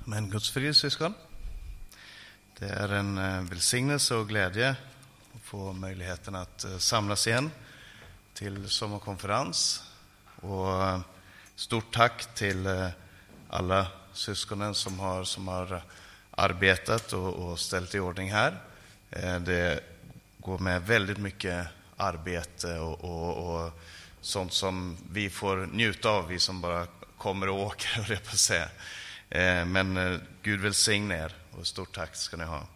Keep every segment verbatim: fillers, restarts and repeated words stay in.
Men Guds frid, syskon. Det är en välsignelse och glädje att få möjligheten att samlas igen till sommarkonferens. Och stort tack till alla syskonen som har, som har arbetat och, och ställt i ordning här. Det går med väldigt mycket arbete och, och, och sånt som vi får njuta av, vi som bara kommer och åker, och det på säga. Men Gud välsigne er, och stort tack ska ni ha.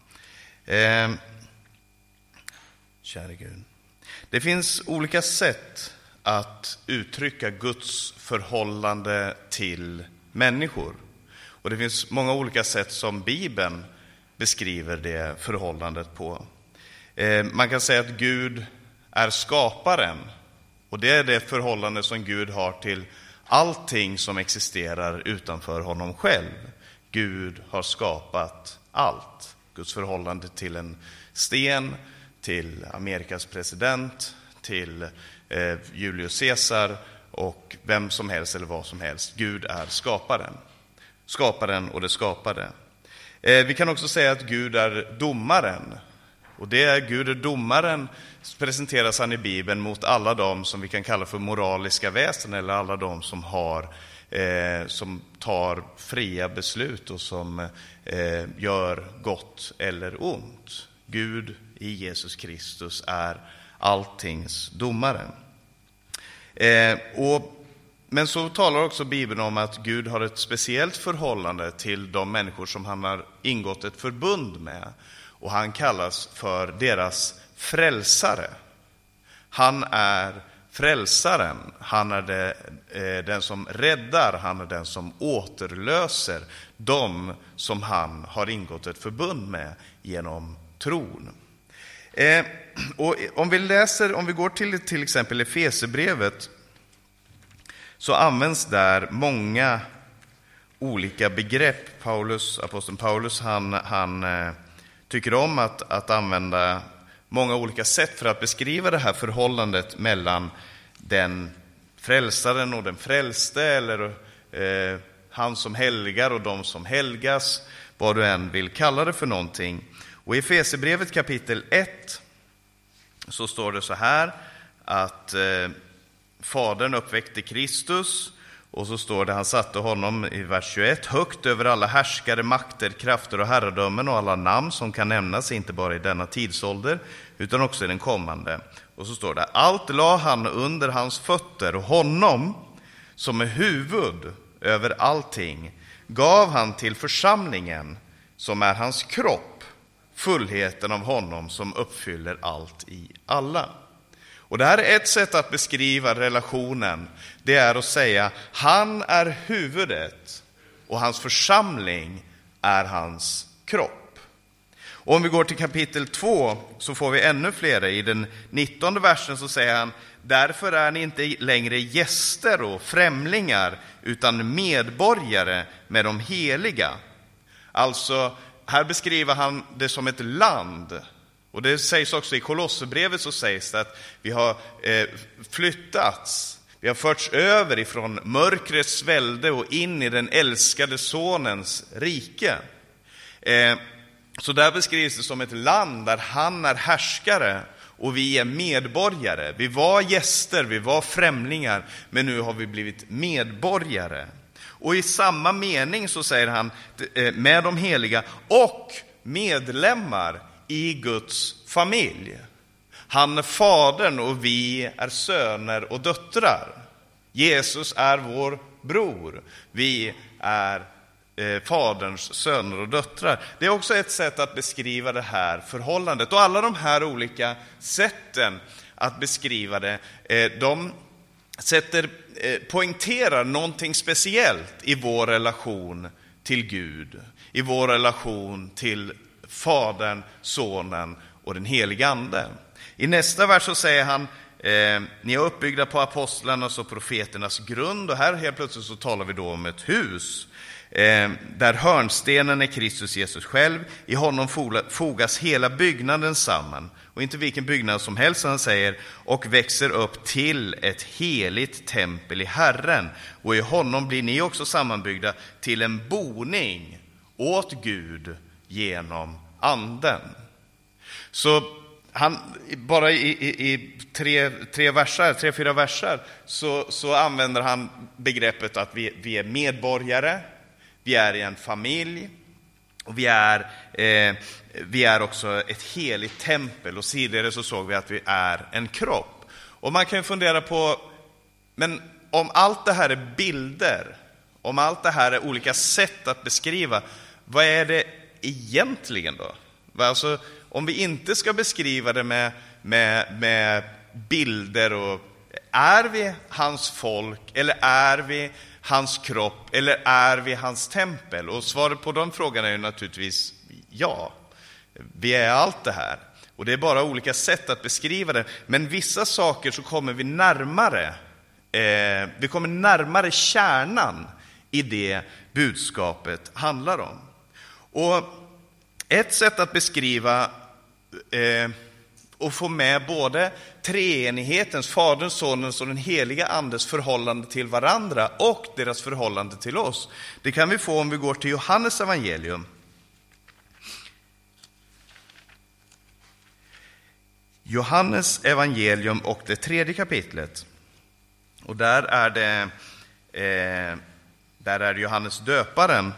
Kära Gud. Det finns olika sätt att uttrycka Guds förhållande till människor. Och det finns många olika sätt som Bibeln beskriver det förhållandet på. Man kan säga att Gud är skaparen. Och det är det förhållande som Gud har till allting som existerar utanför honom själv. Gud har skapat allt. Guds förhållande till en sten, till Amerikas president, till eh, Julius Caesar och vem som helst eller vad som helst. Gud är skaparen. Skaparen och det skapade. Eh, vi kan också säga att Gud är domaren. Och det är Gud är domaren, presenteras han i Bibeln mot alla de som vi kan kalla för moraliska väsen, eller alla de som har eh, som tar fria beslut och som eh, gör gott eller ont. Gud i Jesus Kristus är alltings domare. Eh, och, men så talar också Bibeln om att Gud har ett speciellt förhållande till de människor som han har ingått ett förbund med. Och han kallas för deras frälsare. Han är frälsaren. Han är det, eh, den som räddar. Han är den som återlöser de som han har ingått ett förbund med genom tron. Eh, och om vi läser, om vi går till till exempel Efesierbrevet, så används där många olika begrepp. Paulus, aposteln Paulus, han... han eh, tycker om att, att använda många olika sätt för att beskriva det här förhållandet mellan den frälsaren och den frälste, eller eh, han som helgar och de som helgas, vad du än vill kalla det för någonting. Och i Efesierbrevet kapitel ett så står det så här att eh, Fadern uppväckte Kristus. Och så står det, han satte honom i vers tjugoett högt över alla härskare, makter, krafter och herradömen och alla namn som kan nämnas, inte bara i denna tidsålder utan också i den kommande. Och så står det, allt la han under hans fötter, och honom som är huvud över allting gav han till församlingen som är hans kropp, fullheten av honom som uppfyller allt i alla. Och det här är ett sätt att beskriva relationen. Det är att säga, han är huvudet och hans församling är hans kropp. Och om vi går till kapitel två så får vi ännu flera. I den nittonde versen så säger han, därför är ni inte längre gäster och främlingar utan medborgare med de heliga. Alltså, här beskriver han det som ett land. Och det sägs också i Kolosserbrevet, så sägs det att vi har eh, flyttats. Vi har förts över ifrån mörkrets välde och in i den älskade sonens rike. Eh, så där beskrivs det som ett land där han är härskare och vi är medborgare. Vi var gäster, vi var främlingar, men nu har vi blivit medborgare. Och i samma mening så säger han eh, med de heliga och medlemmar i Guds familj. Han är fadern och vi är söner och döttrar. Jesus är vår bror. Vi är eh, faderns söner och döttrar. Det är också ett sätt att beskriva det här förhållandet. Och alla de här olika sätten att beskriva det, eh, de sätter, eh, poängterar någonting speciellt i vår relation till Gud. I vår relation till Fadern, Sonen och den helige Ande. I nästa vers så säger han, eh, ni är uppbyggda på apostlarnas och profeternas grund. Och här helt plötsligt så talar vi då om ett hus. Eh, där hörnstenen är Kristus Jesus själv. I honom fogas hela byggnaden samman. Och inte vilken byggnad som helst, han säger, och växer upp till ett heligt tempel i Herren. Och i honom blir ni också sammanbyggda till en boning åt Gud genom anden. Så han, bara i, i, i tre, tre verser, tre, fyra verser, så, så använder han begreppet att vi, vi är medborgare, vi är i en familj, och vi är, eh, vi är också ett heligt tempel. Och tidigare så såg vi att vi är en kropp. Och man kan ju fundera på, men om allt det här är bilder, om allt det här är olika sätt att beskriva, vad är det egentligen då? Alltså, om vi inte ska beskriva det med, med, med bilder, och är vi hans folk, eller är vi hans kropp, eller är vi hans tempel? Och svaret på de frågorna är ju naturligtvis ja. Vi är allt det här. Och det är bara olika sätt att beskriva det. Men vissa saker så kommer vi närmare. Eh, vi kommer närmare kärnan i det budskapet handlar om. Och ett sätt att beskriva eh, och få med både treenighetens, Faderns, Sonens och den heliga Andes förhållande till varandra och deras förhållande till oss, det kan vi få om vi går till Johannes evangelium. Johannes evangelium och det tredje kapitlet. Och där är det eh, där är Johannes döparen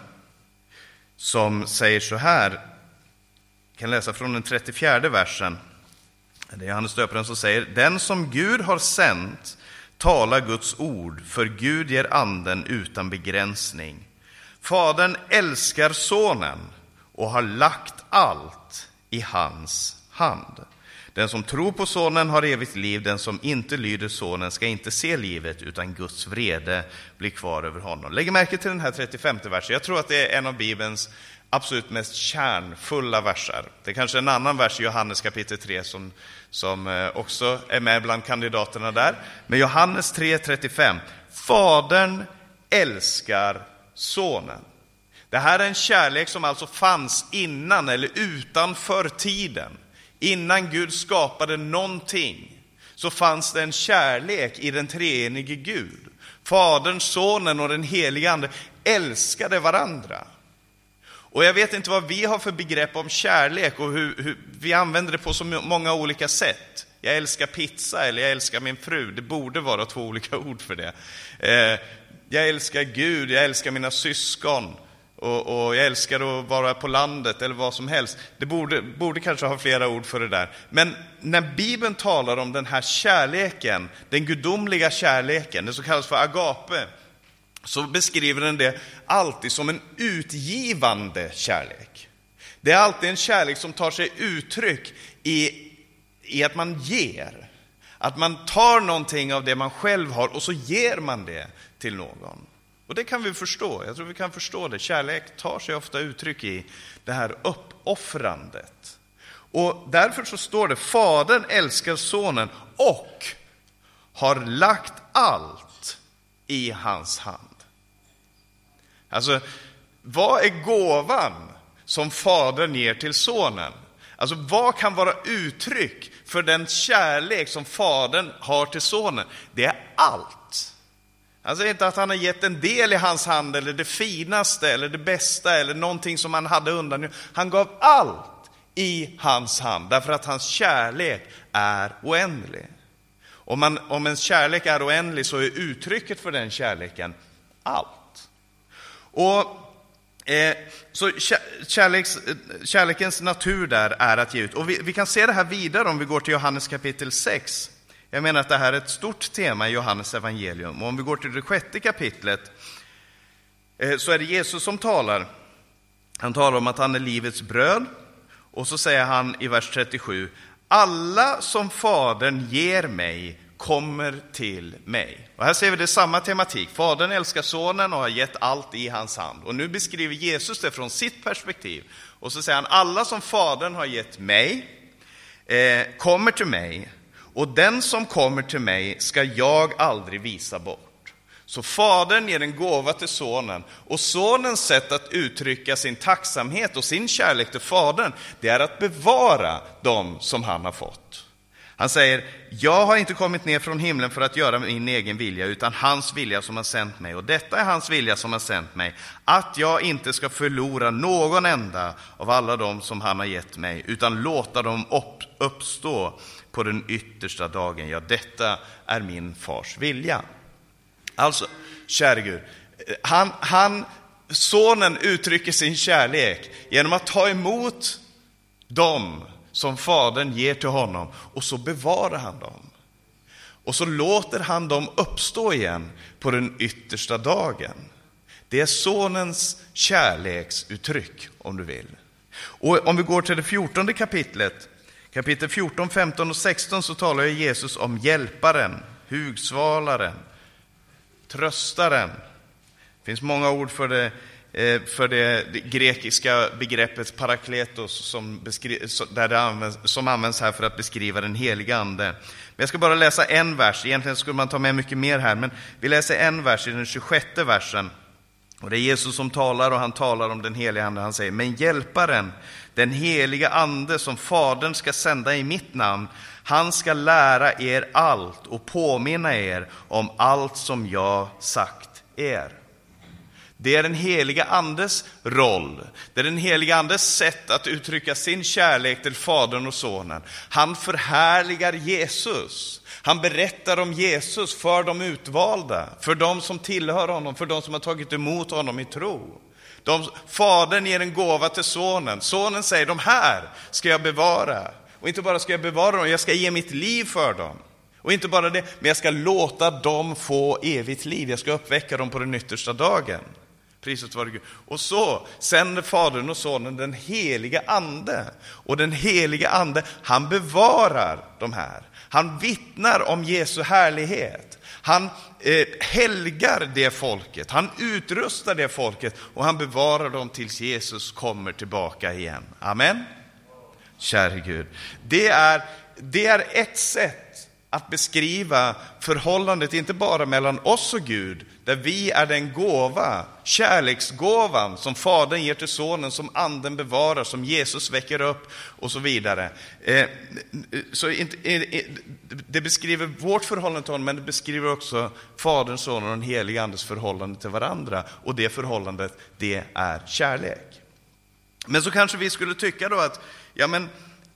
som säger så här. Jag kan läsa från den trettiofjärde versen. Det är Johannes döparen som säger: den som Gud har sänt talar Guds ord, för Gud ger anden utan begränsning. Fadern älskar sonen och har lagt allt i hans hand. Den som tror på sonen har evigt liv, den som inte lyder sonen ska inte se livet, utan Guds vrede blir kvar över honom. Lägg märke till den här trettiofemte versen. Jag tror att det är en av Bibelns absolut mest kärnfulla verser. Det är kanske en annan vers i Johannes kapitel tre som, som också är med bland kandidaterna där. Men Johannes tre trettiofem. Fadern älskar sonen. Det här är en kärlek som alltså fanns innan eller utanför tiden. Innan Gud skapade någonting så fanns det en kärlek i den treenige Gud. Fadern, sonen och den heliga ande älskade varandra. Och jag vet inte vad vi har för begrepp om kärlek och hur, hur vi använder det på så många olika sätt. Jag älskar pizza eller jag älskar min fru. Det borde vara två olika ord för det. Eh, jag älskar Gud, jag älskar mina syskon. Och, och jag älskar att vara på landet eller vad som helst. Det borde, borde kanske ha flera ord för det där. Men när Bibeln talar om den här kärleken, den gudomliga kärleken, det så kallas för agape, så beskriver den det alltid som en utgivande kärlek. Det är alltid en kärlek som tar sig uttryck i, i att man ger. Att man tar någonting av det man själv har och så ger man det till någon. Och det kan vi förstå. Jag tror vi kan förstå det. Kärlek tar sig ofta uttryck i det här uppoffrandet. Och därför så står det: Fadern älskar sonen och har lagt allt i hans hand. Alltså, vad är gåvan som fadern ger till sonen? Alltså, vad kan vara uttryck för den kärlek som fadern har till sonen? Det är allt. Alltså inte att han har gett en del i hans hand, eller det finaste, eller det bästa, eller någonting som han hade undan. Han gav allt i hans hand, därför att hans kärlek är oändlig. Om, man, om en kärlek är oändlig så är uttrycket för den kärleken allt. Och eh, så kärleks, kärlekens natur där är att ge ut. Och vi, vi kan se det här vidare om vi går till Johannes kapitel sex. Jag menar att det här är ett stort tema i Johannes evangelium. Och om vi går till det sjätte kapitlet eh, så är det Jesus som talar. Han talar om att han är livets bröd. Och så säger han i vers trettiosju: alla som fadern ger mig kommer till mig. Och här ser vi det samma tematik. Fadern älskar sonen och har gett allt i hans hand. Och nu beskriver Jesus det från sitt perspektiv. Och så säger han: alla som fadern har gett mig eh, kommer till mig. Och den som kommer till mig ska jag aldrig visa bort. Så fadern ger en gåva till sonen. Och sonens sätt att uttrycka sin tacksamhet och sin kärlek till fadern, det är att bevara dem som han har fått. Han säger, jag har inte kommit ner från himlen för att göra min egen vilja, utan hans vilja som har sänt mig. Och detta är hans vilja som har sänt mig, att jag inte ska förlora någon enda av alla dem som han har gett mig, utan låta dem upp, uppstå på den yttersta dagen. Ja, detta är min fars vilja. Alltså, kära Gud, han, han, sonen uttrycker sin kärlek genom att ta emot dem som fadern ger till honom, och så bevarar han dem. Och så låter han dem uppstå igen på den yttersta dagen. Det är sonens kärleksuttryck, om du vill. Och om vi går till det fjortonde kapitlet, kapitel fjorton, femton och sexton, så talar Jesus om hjälparen, hugsvalaren, tröstaren. Det finns många ord för det, för det grekiska begreppet parakletos som, beskri- där det används, som används här för att beskriva den heliga ande. Men jag ska bara läsa en vers. Egentligen skulle man ta med mycket mer här, men vi läser en vers i den tjugosjätte versen. Och det är Jesus som talar, och han talar om den heliga ande. Han säger, men hjälparen, den heliga ande som fadern ska sända i mitt namn, han ska lära er allt och påminna er om allt som jag sagt er. Det är den heliga andes roll. Det är den heliga andes sätt att uttrycka sin kärlek till fadern och sonen. Han förhärligar Jesus. Han berättar om Jesus för de utvalda, för de som tillhör honom, för de som har tagit emot honom i tro. De, fadern ger en gåva till sonen. Sonen säger, de här ska jag bevara. Och inte bara ska jag bevara dem, jag ska ge mitt liv för dem. Och inte bara det, men jag ska låta dem få evigt liv. Jag ska uppväcka dem på den yttersta dagen. Priset var Gud. Och så sänder fadern och sonen den heliga ande. Och den heliga ande, han bevarar de här. Han vittnar om Jesu härlighet. Han eh, helgar det folket. Han utrustar det folket. Och han bevarar dem tills Jesus kommer tillbaka igen. Amen. Kära Gud. Det är, det är ett sätt att beskriva förhållandet inte bara mellan oss och Gud, där vi är den gåva, kärleksgåvan som fadern ger till sonen, som anden bevarar, som Jesus väcker upp och så vidare. Eh, så inte, eh, det beskriver vårt förhållande till honom, men det beskriver också faderns, sonen och den heliga andes förhållande till varandra. Och det förhållandet, det är kärlek. Men så kanske vi skulle tycka då att, ja men,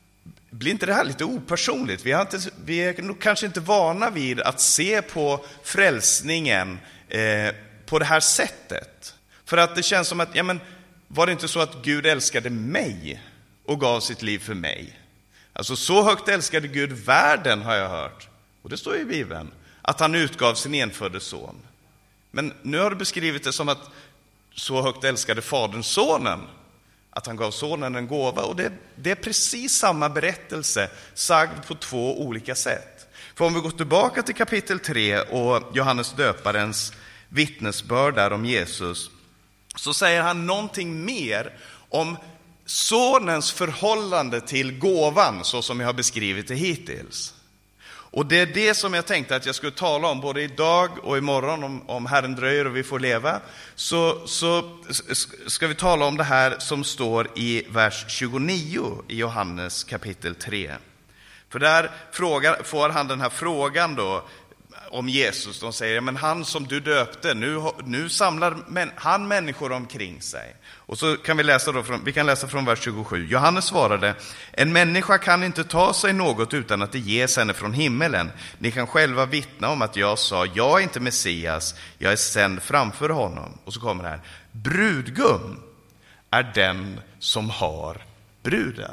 blir inte det här lite opersonligt? Vi, har inte, vi är nog kanske inte vana vid att se på frälsningen eh, på det här sättet. För att det känns som att, ja men, var det inte så att Gud älskade mig och gav sitt liv för mig? Alltså så högt älskade Gud världen, har jag hört. Och det står i Bibeln, att han utgav sin enfödde son. Men nu har du beskrivit det som att så högt älskade fadern sonen, att han gav sonen en gåva. Och det, det är precis samma berättelse, sagd på två olika sätt. För om vi går tillbaka till kapitel tre och Johannes döparens vittnesbörd där om Jesus, så säger han någonting mer om sonens förhållande till gåvan, så som jag har beskrivit det hittills. Och det är det som jag tänkte att jag skulle tala om både idag och imorgon, om, om Herren dröjer och vi får leva. Så, så ska vi tala om det här som står i vers tjugonio i Johannes kapitel tre. För där frågar, får han den här frågan då om Jesus. De säger, men han som du döpte, nu, nu samlar män, han människor omkring sig. Och så kan vi läsa då från, vi kan läsa från vers tjugosju. Johannes svarade, en människa kan inte ta sig något utan att det ges henne från himmelen. Ni kan själva vittna om att jag sa, jag är inte Messias, jag är sänd framför honom. Och så kommer det här, brudgum är den som har bruden.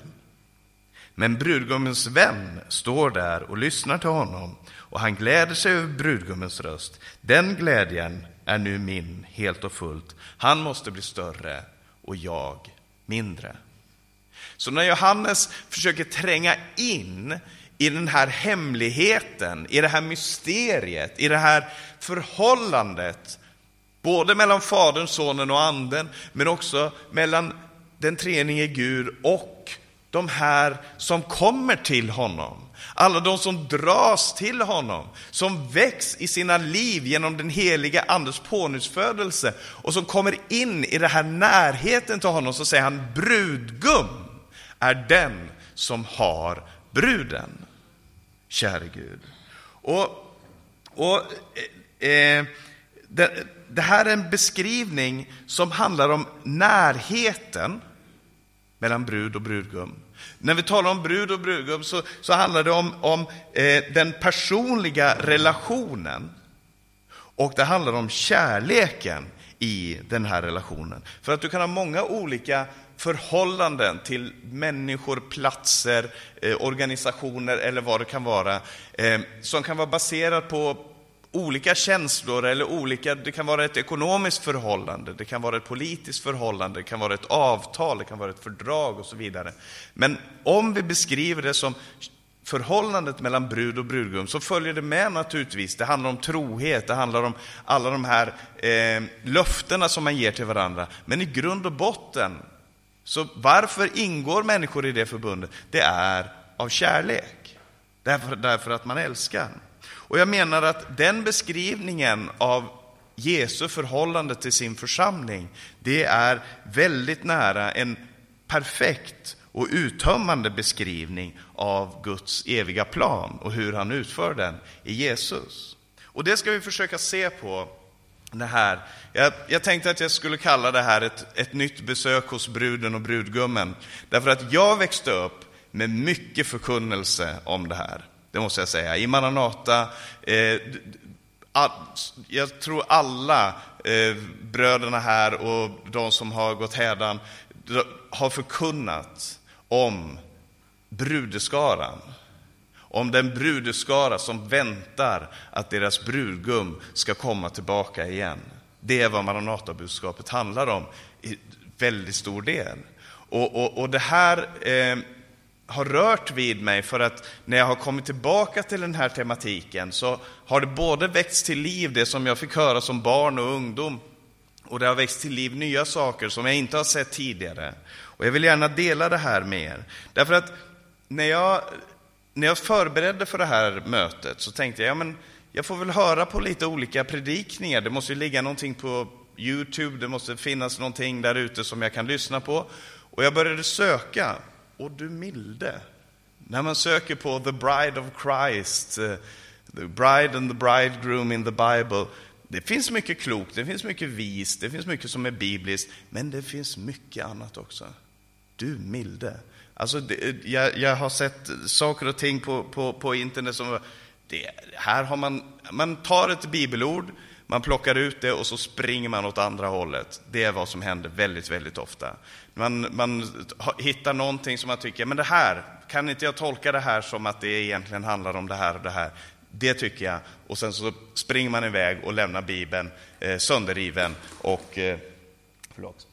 Men brudgummens vän står där och lyssnar till honom, och han gläder sig över brudgummens röst. Den glädjen är nu min helt och fullt. Han måste bli större och jag mindre. Så när Johannes försöker tränga in i den här hemligheten, i det här mysteriet, i det här förhållandet, både mellan fadern, sonen och anden, men också mellan den treenige Gud och de här som kommer till honom. Alla de som dras till honom, som väcks i sina liv genom den heliga andes pånyttfödelse och som kommer in i den här närheten till honom, så säger han, brudgum är den som har bruden. käre Gud. Och, och eh, det, det här är en beskrivning som handlar om närheten mellan brud och brudgum. När vi talar om brud och brudgum så, så handlar det om, om eh, den personliga relationen. Och det handlar om kärleken i den här relationen. För att du kan ha många olika förhållanden till människor, platser, eh, organisationer eller vad det kan vara. Eh, som kan vara baserat på olika känslor eller olika, det kan vara ett ekonomiskt förhållande, det kan vara ett politiskt förhållande, det kan vara ett avtal, det kan vara ett fördrag och så vidare. Men om vi beskriver det som förhållandet mellan brud och brudgum så följer det med naturligtvis. Det handlar om trohet, det handlar om alla de här eh, löftena som man ger till varandra. Men i grund och botten, så varför ingår människor i det förbundet? Det är av kärlek. Därför, därför att man älskar. Och jag menar att den beskrivningen av Jesu förhållande till sin församling, det är väldigt nära en perfekt och uttömmande beskrivning av Guds eviga plan och hur han utför den i Jesus. Och det ska vi försöka se på det här. Jag, jag tänkte att jag skulle kalla det här ett, ett nytt besök hos bruden och brudgummen. Därför att jag växte upp med mycket förkunnelse om det här. Det måste jag säga. I Maranata, eh, all, jag tror alla eh, bröderna här och de som har gått hädan har förkunnat om brudeskaran. Om den brudeskara som väntar att deras brudgum ska komma tillbaka igen. Det är vad Maranata-budskapet handlar om i väldigt stor del. Och, och, och det här eh, har rört vid mig, för att när jag har kommit tillbaka till den här tematiken så har det både väckts till liv det som jag fick höra som barn och ungdom, och det har växt till liv nya saker som jag inte har sett tidigare. Och jag vill gärna dela det här med er. Därför att när jag, när jag förberedde för det här mötet så tänkte jag, ja men jag får väl höra på lite olika predikningar. Det måste ju ligga någonting på YouTube, det måste finnas någonting där ute som jag kan lyssna på. Och jag började söka, och du milde. När man söker på The Bride of Christ, uh, The Bride and the Bridegroom in the Bible, det finns mycket klokt, det finns mycket vis, det finns mycket som är bibliskt, men det finns mycket annat också. Du milde. Alltså, det, jag, jag har sett saker och ting på, på, på internet som, det, här har man, man tar ett bibelord, man plockar ut det och så springer man åt andra hållet. Det är vad som händer väldigt, väldigt ofta. Man, man hittar någonting som man tycker, men det här, kan inte jag tolka det här som att det egentligen handlar om det här och det här? Det tycker jag. Och sen så springer man iväg och lämnar Bibeln eh, sönderriven och eh, förlåt.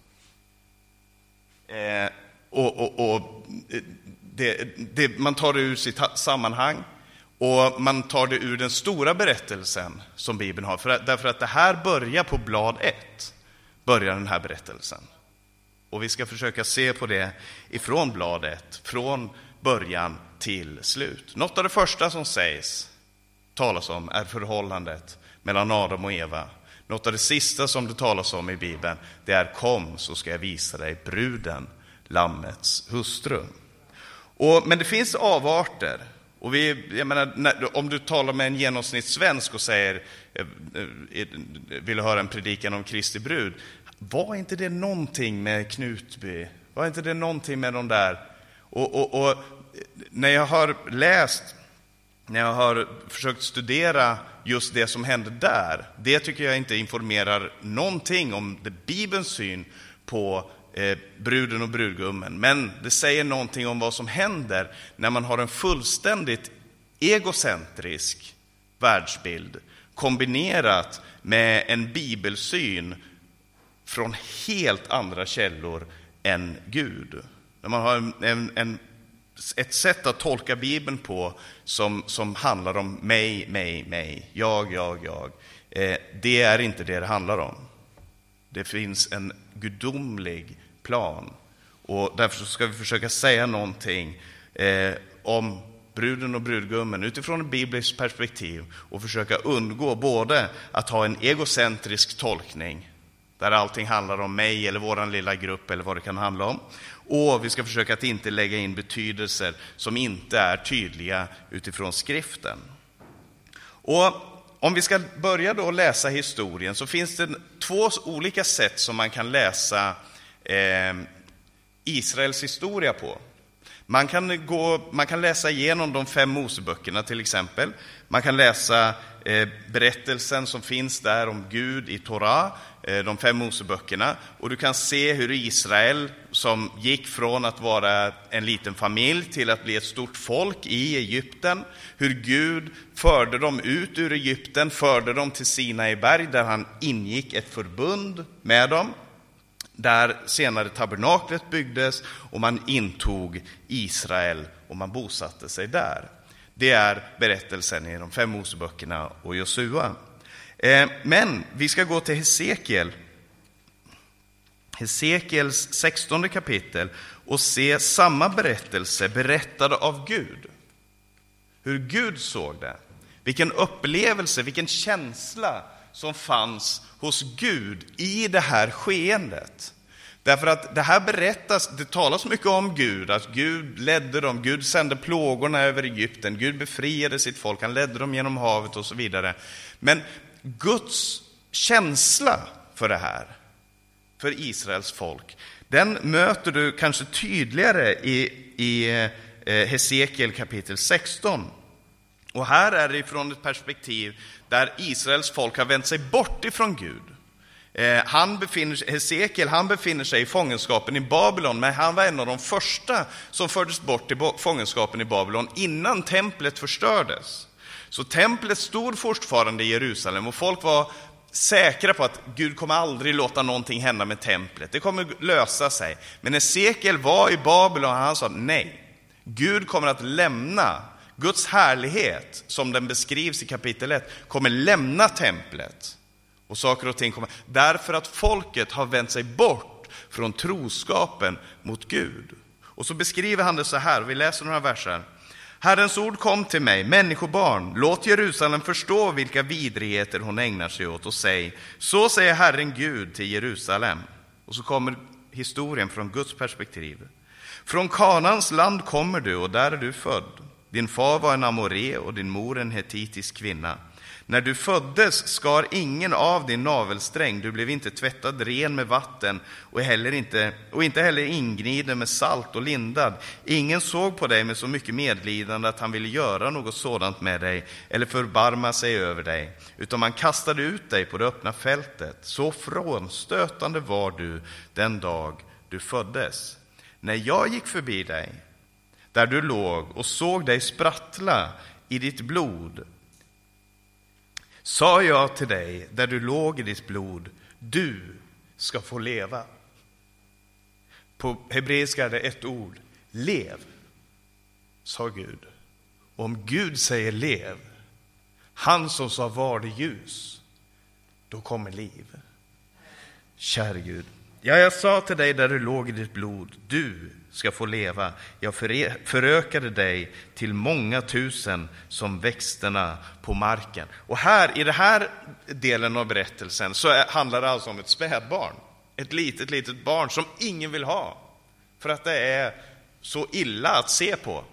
Eh, och, och, och det, det, man tar det ur sitt sammanhang och man tar det ur den stora berättelsen som Bibeln har. För, därför att det här börjar på blad ett, börjar den här berättelsen. Och vi ska försöka se på det ifrån blad ett, från början till slut. Något av det första som sägs, talas om, är förhållandet mellan Adam och Eva. Något av det sista som det talas om i Bibeln, det är: kom så ska jag visa dig bruden, lammets hustru. Och, men det finns avarter. Och vi, jag menar, när, om du talar med en genomsnittssvensk och säger, vill du höra en predikan om Kristi brud, var inte det någonting med Knutby? Var inte det någonting med de där? Och, och, och när jag har läst, när jag har försökt studera just det som hände där, det tycker jag inte informerar någonting om det Bibelns syn på eh, bruden och brudgummen. Men det säger någonting om vad som händer när man har en fullständigt egocentrisk världsbild kombinerat med en bibelsyn från helt andra källor än Gud. När man har en, en, en ett sätt att tolka Bibeln på som, som handlar om mig, mig, mig, jag, jag, jag. Eh, det är inte det det handlar om. Det finns en gudomlig plan. Och därför så ska vi försöka säga någonting eh, om bruden och brudgummen utifrån ett bibliskt perspektiv och försöka undgå både att ha en egocentrisk tolkning där allting handlar om mig eller våran lilla grupp eller vad det kan handla om. Och vi ska försöka att inte lägga in betydelser som inte är tydliga utifrån skriften. Och om vi ska börja då läsa historien så finns det två olika sätt som man kan läsa eh, Israels historia på. Man kan, gå, man kan läsa igenom de fem Moseböckerna till exempel. Man kan läsa eh, berättelsen som finns där om Gud i Torah, eh, de fem Moseböckerna. Och du kan se hur Israel, som gick från att vara en liten familj till att bli ett stort folk i Egypten, hur Gud förde dem ut ur Egypten, förde dem till Sinai berg där han ingick ett förbund med dem. Där senare tabernaklet byggdes och man intog Israel och man bosatte sig där. Det är berättelsen i de fem Moseböckerna och Josua. Men vi ska gå till Hesekiel. Hesekiels sextonde kapitel och se samma berättelse berättad av Gud. Hur Gud såg det. Vilken upplevelse, vilken känsla som fanns hos Gud i det här skeendet. Därför att det här berättas, det talas mycket om Gud, att Gud ledde dem, Gud sände plågorna över Egypten, Gud befriade sitt folk, han ledde dem genom havet och så vidare. Men Guds känsla för det här, för Israels folk, den möter du kanske tydligare i, i Hesekiel kapitel sexton. Och här är det ifrån ett perspektiv där Israels folk har vänt sig bort ifrån Gud. Eh, han befinner sig, Hesekiel han befinner sig i fångenskapen i Babylon, men han var en av de första som fördes bort till fångenskapen i Babylon innan templet förstördes. Så templet stod fortfarande i Jerusalem och folk var säkra på att Gud kommer aldrig låta någonting hända med templet. Det kommer lösa sig. Men Hesekiel var i Babylon och han sa nej. Gud kommer att lämna Guds härlighet, som den beskrivs i kapitel ett, kommer lämna templet. Och saker och ting kommer, därför att folket har vänt sig bort från troskapen mot Gud. Och så beskriver han det så här, vi läser några verser. Herrens ord kom till mig, människobarn, låt Jerusalem förstå vilka vidrigheter hon ägnar sig åt och säg, så säger Herren Gud till Jerusalem. Och så kommer historien från Guds perspektiv. Från Kanans land kommer du och där är du född. Din far var en amoré och din mor en hetitisk kvinna. När du föddes skar ingen av din navelsträng, du blev inte tvättad ren med vatten och, heller inte, och inte heller ingniden med salt och lindad. Ingen såg på dig med så mycket medlidande att han ville göra något sådant med dig eller förbarma sig över dig, utan man kastade ut dig på det öppna fältet. Så frånstötande var du den dag du föddes. När jag gick förbi dig, där du låg och såg dig sprattla i ditt blod, sa jag till dig, där du låg i ditt blod, du ska få leva. På hebreiska är det ett ord, lev, sa Gud. Och om Gud säger lev, han som sa var det ljus, då kommer liv. Kära Gud, ja, jag sa till dig där du låg i ditt blod, du ska få leva. Jag förökade dig till många tusen som växterna på marken. Och här, i den här delen av berättelsen, så är, handlar det alltså om ett spädbarn. Ett litet, litet barn som ingen vill ha. För att det är så illa att se på.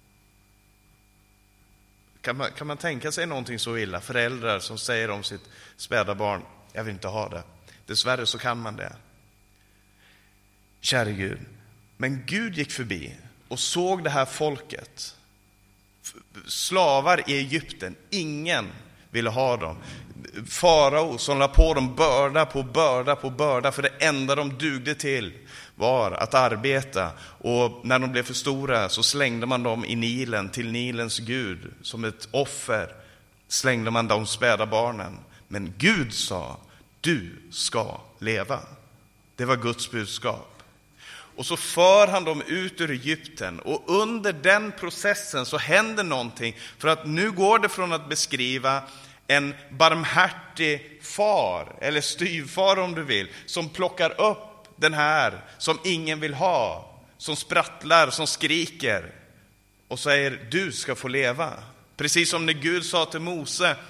Kan man, kan man tänka sig någonting så illa? Föräldrar som säger om sitt späda barn, jag vill inte ha det. Dessvärre så kan man det. Kära Gud, men Gud gick förbi och såg det här folket. Slavar i Egypten, ingen ville ha dem. Farao som la på dem börda på börda på börda, för det enda de dugde till var att arbeta. Och när de blev för stora så slängde man dem i Nilen, till Nilens Gud. Som ett offer slängde man de späda barnen. Men Gud sa, du ska leva. Det var Guds budskap. Och så för han dem ut ur Egypten. Och under den processen så händer någonting. För att nu går det från att beskriva en barmhärtig far, eller styvfar om du vill, som plockar upp den här som ingen vill ha, som sprattlar, som skriker och säger, du ska få leva. Precis som när Gud sa till Mose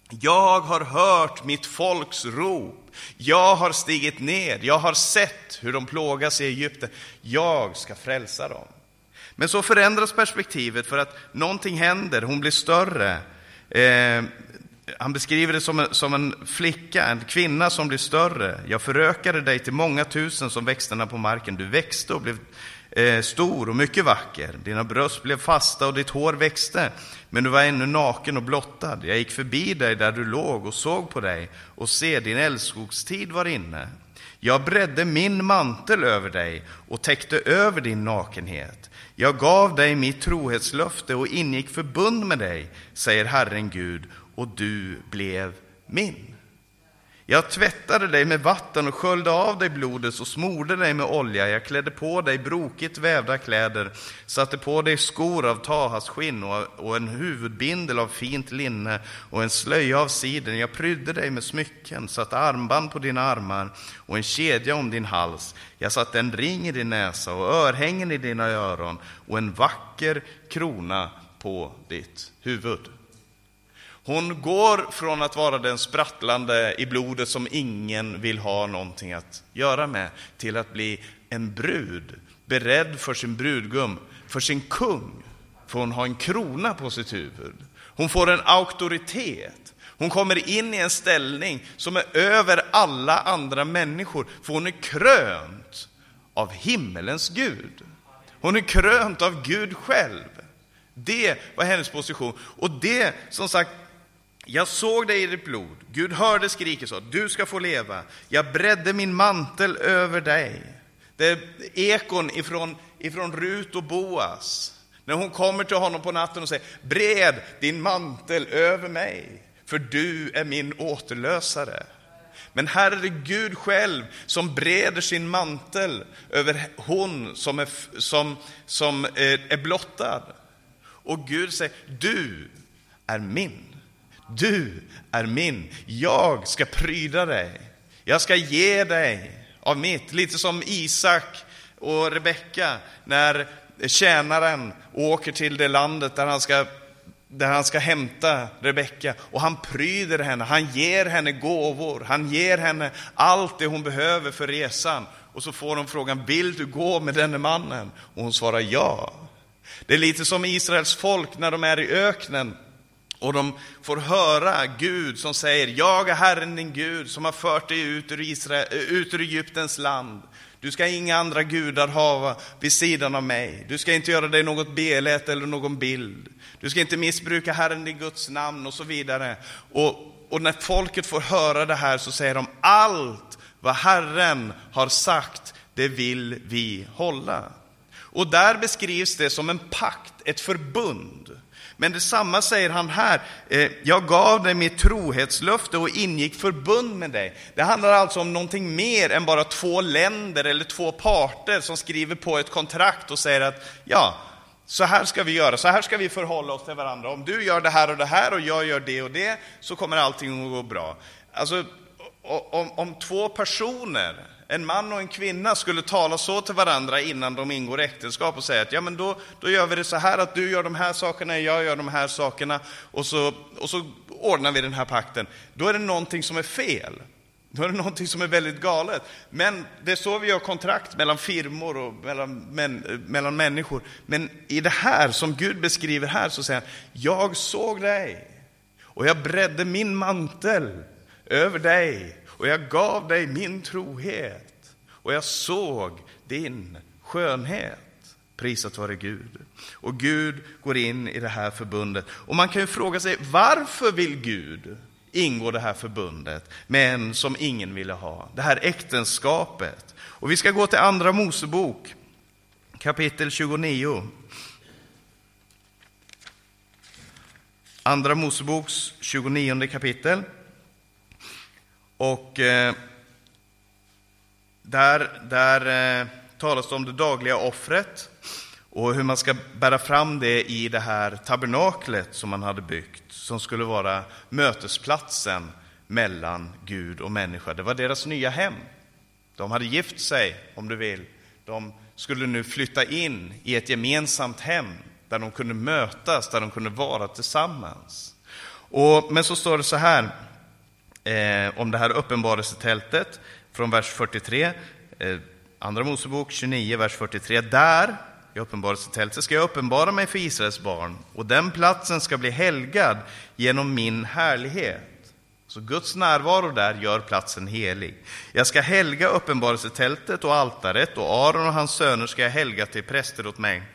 Jag har hört mitt folks rop. Jag har stigit ned. Jag har sett hur de plågas i Egypten. Jag ska frälsa dem. Men så förändras perspektivet för att någonting händer. Hon blir större. Eh, han beskriver det som en, som en flicka, en kvinna som blir större. Jag förökade dig till många tusen som växterna på marken. Du växte och blev eh, stor och mycket vacker. Dina bröst blev fasta och ditt hår växte. Men du var ännu naken och blottad. Jag gick förbi dig där du låg och såg på dig. Och se, din älskogstid var inne. Jag bredde min mantel över dig och täckte över din nakenhet. Jag gav dig mitt trohetslöfte och ingick förbund med dig, säger Herren Gud, och du blev min. Jag tvättade dig med vatten och sköljde av dig blodet och smorde dig med olja. Jag klädde på dig brokigt vävda kläder, satte på dig skor av tahasskinn och en huvudbindel av fint linne och en slöja av siden. Jag prydde dig med smycken, satte armband på dina armar och en kedja om din hals. Jag satte en ring i din näsa och örhängen i dina öron och en vacker krona på ditt huvud. Hon går från att vara den sprattlande i blodet som ingen vill ha någonting att göra med till att bli en brud, beredd för sin brudgum, för sin kung. För hon har en krona på sitt huvud. Hon får en auktoritet. Hon kommer in i en ställning som är över alla andra människor. För hon är krönt av himmelens Gud. Hon är krönt av Gud själv. Det var hennes position. Och det, som sagt, jag såg dig i ditt blod. Gud hörde skriket så. Du ska få leva. Jag bredde min mantel över dig. Det är ekon ifrån, ifrån Rut och Boas. När hon kommer till honom på natten och säger: bred din mantel över mig, för du är min återlösare. Men här är det Gud själv som breder sin mantel över hon som är, som, som är blottad. Och Gud säger: du är min. Du är min. Jag ska pryda dig. Jag ska ge dig av mitt. Lite som Isak och Rebecka när tjänaren åker till det landet där han ska, där han ska hämta Rebecka. Och han pryder henne. Han ger henne gåvor. Han ger henne allt det hon behöver för resan. Och så får hon frågan: vill du gå med denne mannen? Och hon svarar ja. Det är lite som Israels folk när de är i öknen. Och de får höra Gud som säger: jag är Herren din Gud som har fört dig ut ur, Israel, ut ur Egyptens land. Du ska inga andra gudar hava vid sidan av mig. Du ska inte göra dig något belet eller någon bild. Du ska inte missbruka Herren din Guds namn och så vidare. Och, och när folket får höra det här så säger de: allt vad Herren har sagt, det vill vi hålla. Och där beskrivs det som en pakt, ett förbund. Men detsamma säger han här: jag gav dig mitt trohetslöfte och ingick förbund med dig. Det handlar alltså om någonting mer än bara två länder eller två parter som skriver på ett kontrakt och säger att ja, så här ska vi göra, så här ska vi förhålla oss till varandra. Om du gör det här och det här och jag gör det och det, så kommer allting att gå bra. Alltså om, om två personer, en man och en kvinna, skulle tala så till varandra innan de ingår äktenskap och säga att ja, men då, då gör vi det så här, att du gör de här sakerna, jag gör de här sakerna, och så, och så ordnar vi den här pakten. Då är det någonting som är fel. Då är det någonting som är väldigt galet. Men det är så vi gör kontrakt mellan firmor och mellan, män, mellan människor. Men i det här som Gud beskriver här så säger han: jag såg dig och jag bredde min mantel över dig. Och jag gav dig min trohet. Och jag såg din skönhet. Prisat vare Gud. Och Gud går in i det här förbundet. Och man kan ju fråga sig: varför vill Gud ingå det här förbundet med en som ingen ville ha? Det här äktenskapet. Och vi ska gå till Andra Mosebok, kapitel tjugonio. Andra Moseboks tjugonionde kapitel. Och eh, där, där eh, talas det om det dagliga offret och hur man ska bära fram det i det här tabernaklet som man hade byggt, som skulle vara mötesplatsen mellan Gud och människa. Det var deras nya hem. De hade gift sig, om du vill. De skulle nu flytta in i ett gemensamt hem där de kunde mötas, där de kunde vara tillsammans. Och, men så står det så här eh, om det här uppenbarelsetältet från vers fyrtiotre, eh, andra Mosebok tjugonio, vers fyrtiotre. Där i uppenbarelsetältet ska jag uppenbara mig för Israels barn, och den platsen ska bli helgad genom min härlighet. Så Guds närvaro där gör platsen helig. Jag ska helga uppenbarelsetältet och altaret, och Aron och hans söner ska jag helga till präster åt mig.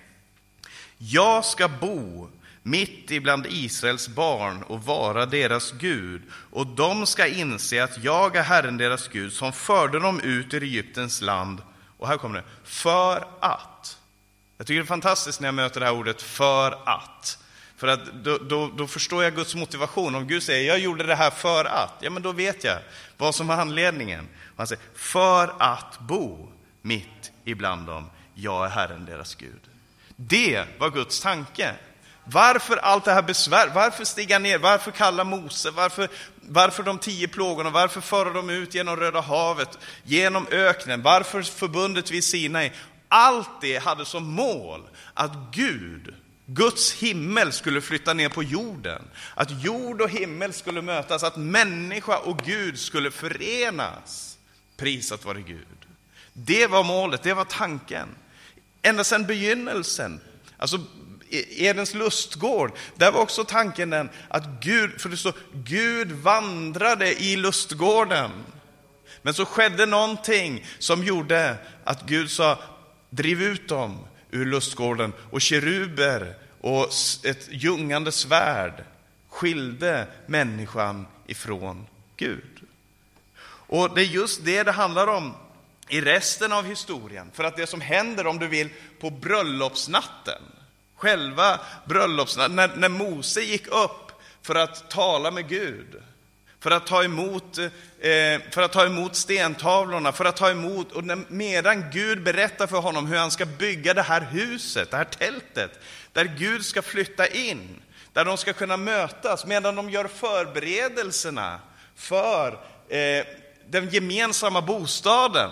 Jag ska bo mitt ibland Israels barn och vara deras Gud, och de ska inse att jag är Herren deras Gud, som förde dem ut ur Egyptens land. Och här kommer det, för att. Jag tycker det är fantastiskt när jag möter det här ordet för att. För att då, då, då förstår jag Guds motivation. Om Gud säger, jag gjorde det här för att, ja men då vet jag vad som är anledningen. Och han säger, för att bo mitt ibland dem, jag är Herren deras Gud. Det var Guds tanke. Varför allt det här besvär? Varför stiga ner? Varför kalla Mose? Varför, varför de tio plågorna? Varför föra dem ut genom Röda havet? Genom öknen? Varför förbundet vid Sinai? Allt det hade som mål att Gud, Guds himmel, skulle flytta ner på jorden. Att jord och himmel skulle mötas. Att människa och Gud skulle förenas. Prisat vare Gud. Det var målet, det var tanken. Ända sedan begynnelsen. Alltså Edens lustgård, där var också tanken den att Gud, för det står, Gud vandrade i lustgården. Men så skedde någonting som gjorde att Gud sa, driv ut dem ur lustgården, och keruber och ett ljungande svärd skilde människan ifrån Gud. Och det är just det det handlar om i resten av historien. För att det som händer, om du vill, på bröllopsnatten, själva bröllopsnatten, när, när Mose gick upp för att tala med Gud, för att ta emot, eh, för att ta emot stentavlorna, för att ta emot, och när, medan Gud berättar för honom hur han ska bygga det här huset, det här tältet, där Gud ska flytta in, där de ska kunna mötas, medan de gör förberedelserna för eh, den gemensamma bostaden.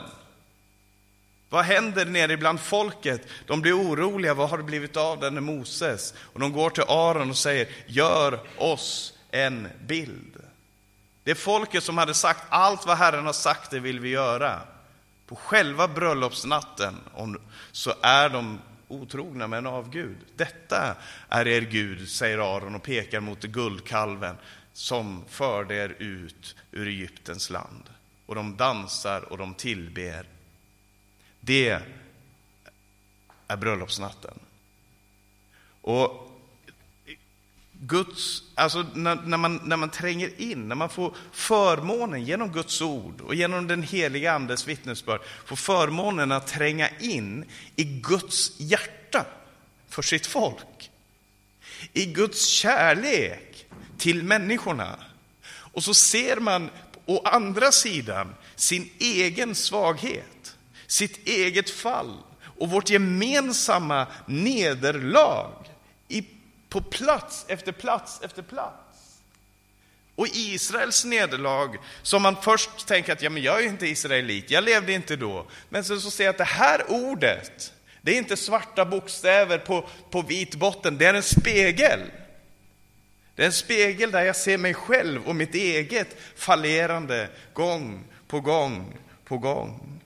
Vad händer nere bland folket? De blir oroliga. Vad har det blivit av denne Moses? Och de går till Aron och säger, gör oss en bild. Det är folket som hade sagt, allt vad Herren har sagt, det vill vi göra. På själva bröllopsnatten så är de otrogna med en avgud. Detta är er Gud, säger Aron och pekar mot guldkalven som förde er ut ur Egyptens land. Och de dansar och de tillber. Det är bröllopsnatten. Och Guds, alltså när, när, man, när man tränger in, när man får förmånen genom Guds ord och genom den heliga andes vittnesbörd, får förmånen att tränga in i Guds hjärta för sitt folk. I Guds kärlek till människorna. Och så ser man å andra sidan sin egen svaghet, sitt eget fall och vårt gemensamma nederlag i, på plats efter plats efter plats. Och Israels nederlag, som man först tänker att ja, men jag är inte israelit, jag levde inte då. Men så, så ser jag att det här ordet, det är inte svarta bokstäver på, på vit botten, det är en spegel. Det är en spegel där jag ser mig själv och mitt eget fallerande gång på gång på gång.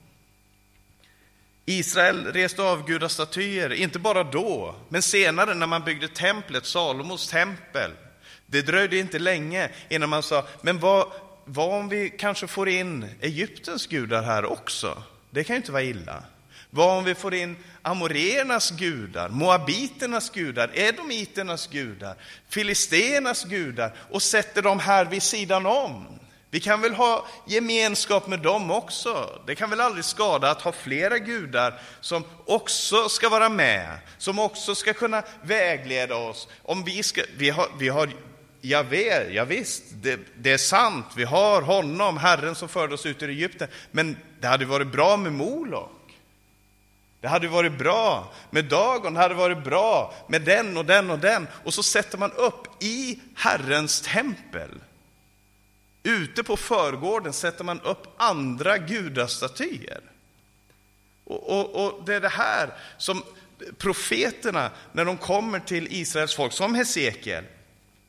Israel reste avgudastatyer, inte bara då, men senare när man byggde templet, Salomos tempel. Det dröjde inte länge innan man sa, men vad, vad om vi kanske får in Egyptens gudar här också? Det kan ju inte vara illa. Vad om vi får in amoreernas gudar, moabiternas gudar, edomiternas gudar, filisternas gudar och sätter dem här vid sidan om? Vi kan väl ha gemenskap med dem också. Det kan väl aldrig skada att ha flera gudar som också ska vara med, som också ska kunna vägleda oss. Om vi ska, vi har, vi har Javé, ja visst, det, det är sant. Vi har honom, Herren som förde oss ut ur Egypten. Men det hade varit bra med Molok. Det hade varit bra med Dagon, det hade varit bra med den och den och den. Och så sätter man upp i Herrens tempel. Ute på förgården sätter man upp andra gudastatyer. Och, och, och det är det här som profeterna, när de kommer till Israels folk, som Hesekiel,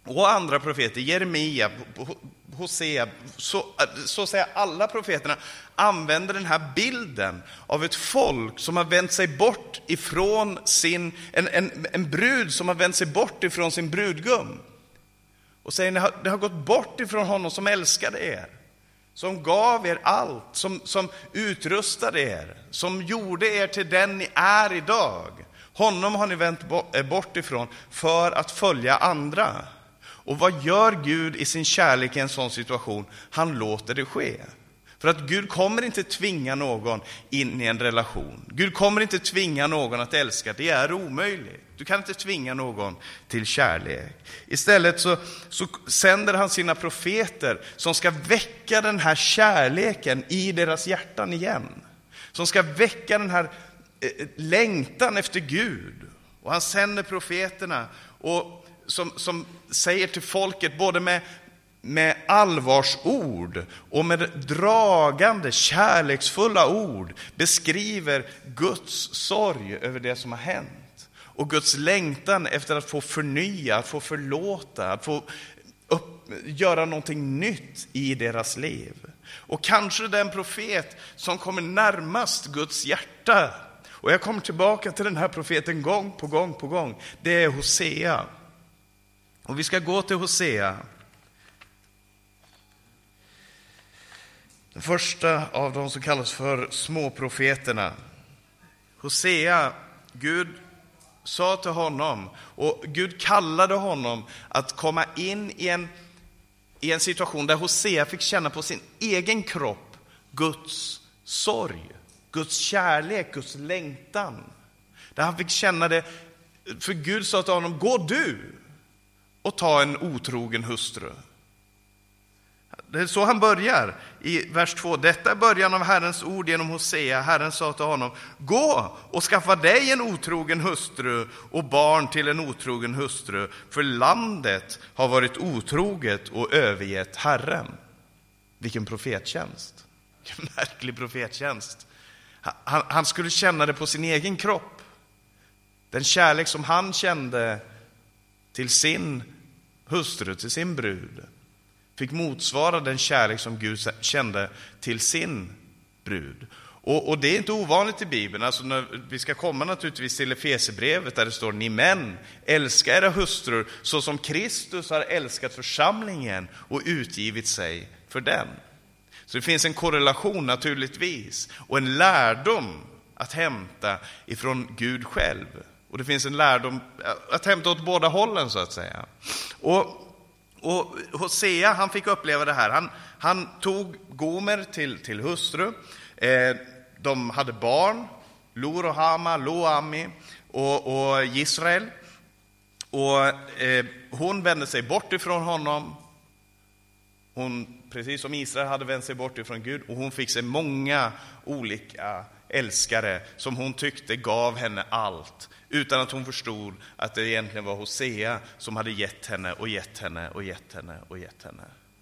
och andra profeter, Jeremia, Hosea, så, så att säga alla profeterna använder den här bilden av ett folk som har vänt sig bort ifrån sin, en, en, en brud som har vänt sig bort ifrån sin brudgum. Och säger, det har, det har gått bort ifrån honom som älskade er, som gav er allt, som, som utrustade er, som gjorde er till den ni är idag. Honom har ni vänt bort ifrån för att följa andra. Och vad gör Gud i sin kärlek i en sån situation? Han låter det ske. För att Gud kommer inte tvinga någon in i en relation. Gud kommer inte tvinga någon att älska. Det är omöjligt. Du kan inte tvinga någon till kärlek. Istället så, så sänder han sina profeter som ska väcka den här kärleken i deras hjärtan igen. Som ska väcka den här eh, längtan efter Gud. Och han sänder profeterna och som, som säger till folket både med med allvarsord och med dragande, kärleksfulla ord beskriver Guds sorg över det som har hänt. Och Guds längtan efter att få förnya, att få förlåta, att få upp, göra någonting nytt i deras liv. Och kanske den profet som kommer närmast Guds hjärta, och jag kommer tillbaka till den här profeten gång på gång på gång, det är Hosea. Och vi ska gå till Hosea. Den första av dem som kallas för småprofeterna. Hosea, Gud sa till honom, och Gud kallade honom att komma in i en, i en situation där Hosea fick känna på sin egen kropp Guds sorg, Guds kärlek, Guds längtan. Där han fick känna det, för Gud sa till honom, gå du och ta en otrogen hustru. Det är så han börjar i vers två. Detta är början av Herrens ord genom Hosea. Herren sa till honom, gå och skaffa dig en otrogen hustru och barn till en otrogen hustru, för landet har varit otroget och övergett Herren. Vilken profettjänst. Vilken märklig profettjänst. Han, han skulle känna det på sin egen kropp. Den kärlek som han kände till sin hustru, till sin brud, fick motsvara den kärlek som Gud kände till sin brud. Och, och det är inte ovanligt i Bibeln. Alltså när vi ska komma naturligtvis till Efesierbrevet där det står, ni män, älska era hustrur så som Kristus har älskat församlingen och utgivit sig för den. Så det finns en korrelation naturligtvis och en lärdom att hämta ifrån Gud själv. Och det finns en lärdom att hämta åt båda hållen så att säga. Och Och Hosea, han fick uppleva det här. Han, han tog Gomer till, till hustru. Eh, de hade barn, Lo-Ruhama, Lo-Ami och, och Israel. Och eh, hon vände sig bort ifrån honom. Hon, precis som Israel, hade vänt sig bort ifrån Gud. Och hon fick sig många olika älskare som hon tyckte gav henne allt, utan att hon förstod att det egentligen var Hosea som hade gett henne och gett henne och gett henne och gett henne.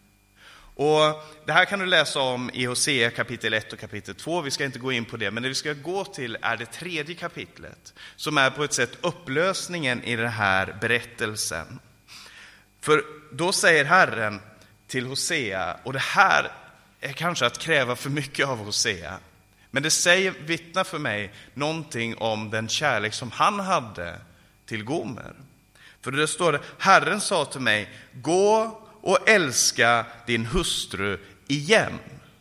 Och det här kan du läsa om i Hosea kapitel ett och kapitel två. Vi ska inte gå in på det, men det vi ska gå till är det tredje kapitlet, som är på ett sätt upplösningen i den här berättelsen. För då säger Herren till Hosea, och det här är kanske att kräva för mycket av Hosea, men det säger, vittnar för mig någonting om den kärlek som han hade till Gomer. För det står det, Herren sa till mig, gå och älska din hustru igen,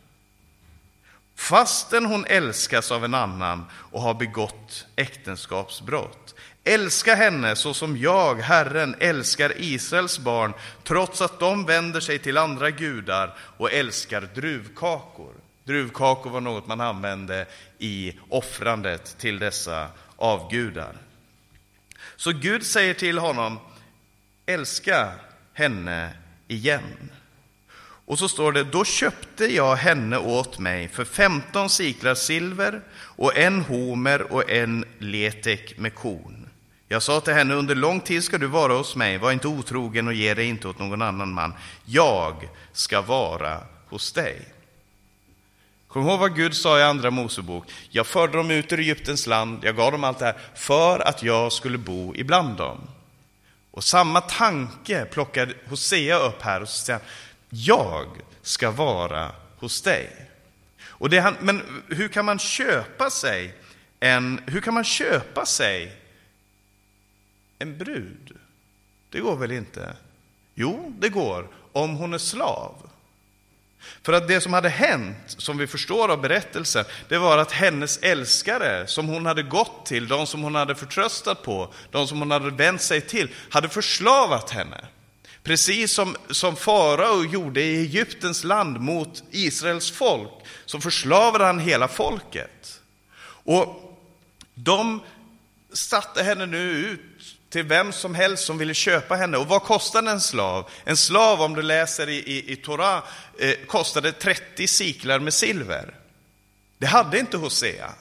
fastän hon älskas av en annan och har begått äktenskapsbrott. Älska henne så som jag, Herren, älskar Israels barn, trots att de vänder sig till andra gudar och älskar druvkakor. Druvkakor var något man använde i offrandet till dessa avgudar. Så Gud säger till honom, älska henne igen. Och så står det, då köpte jag henne åt mig för femton siklar silver och en homer och en letek med korn. Jag sa till henne, under lång tid ska du vara hos mig, var inte otrogen och ge dig inte åt någon annan man. Jag ska vara hos dig. Kom ihåg vad Gud sa i andra Mosebok. Jag förde dem ut ur Egyptens land, jag gav dem allt det här för att jag skulle bo ibland dem. Och samma tanke plockar Hosea upp här och säger: jag ska vara hos dig. Och det han, men hur kan man köpa sig en, hur kan man köpa sig en brud? Det går väl inte? Jo, det går om hon är slav. För att det som hade hänt, som vi förstår av berättelsen, det var att hennes älskare, som hon hade gått till, de som hon hade förtröstat på, de som hon hade vänt sig till, hade förslavat henne. Precis som, som farao gjorde i Egyptens land mot Israels folk, så förslavade han hela folket. Och de satte henne nu ut till vem som helst som ville köpa henne. Och vad kostade en slav? En slav, om du läser i, i, i Torah, eh, kostade trettio siklar med silver. Det hade inte Hosea.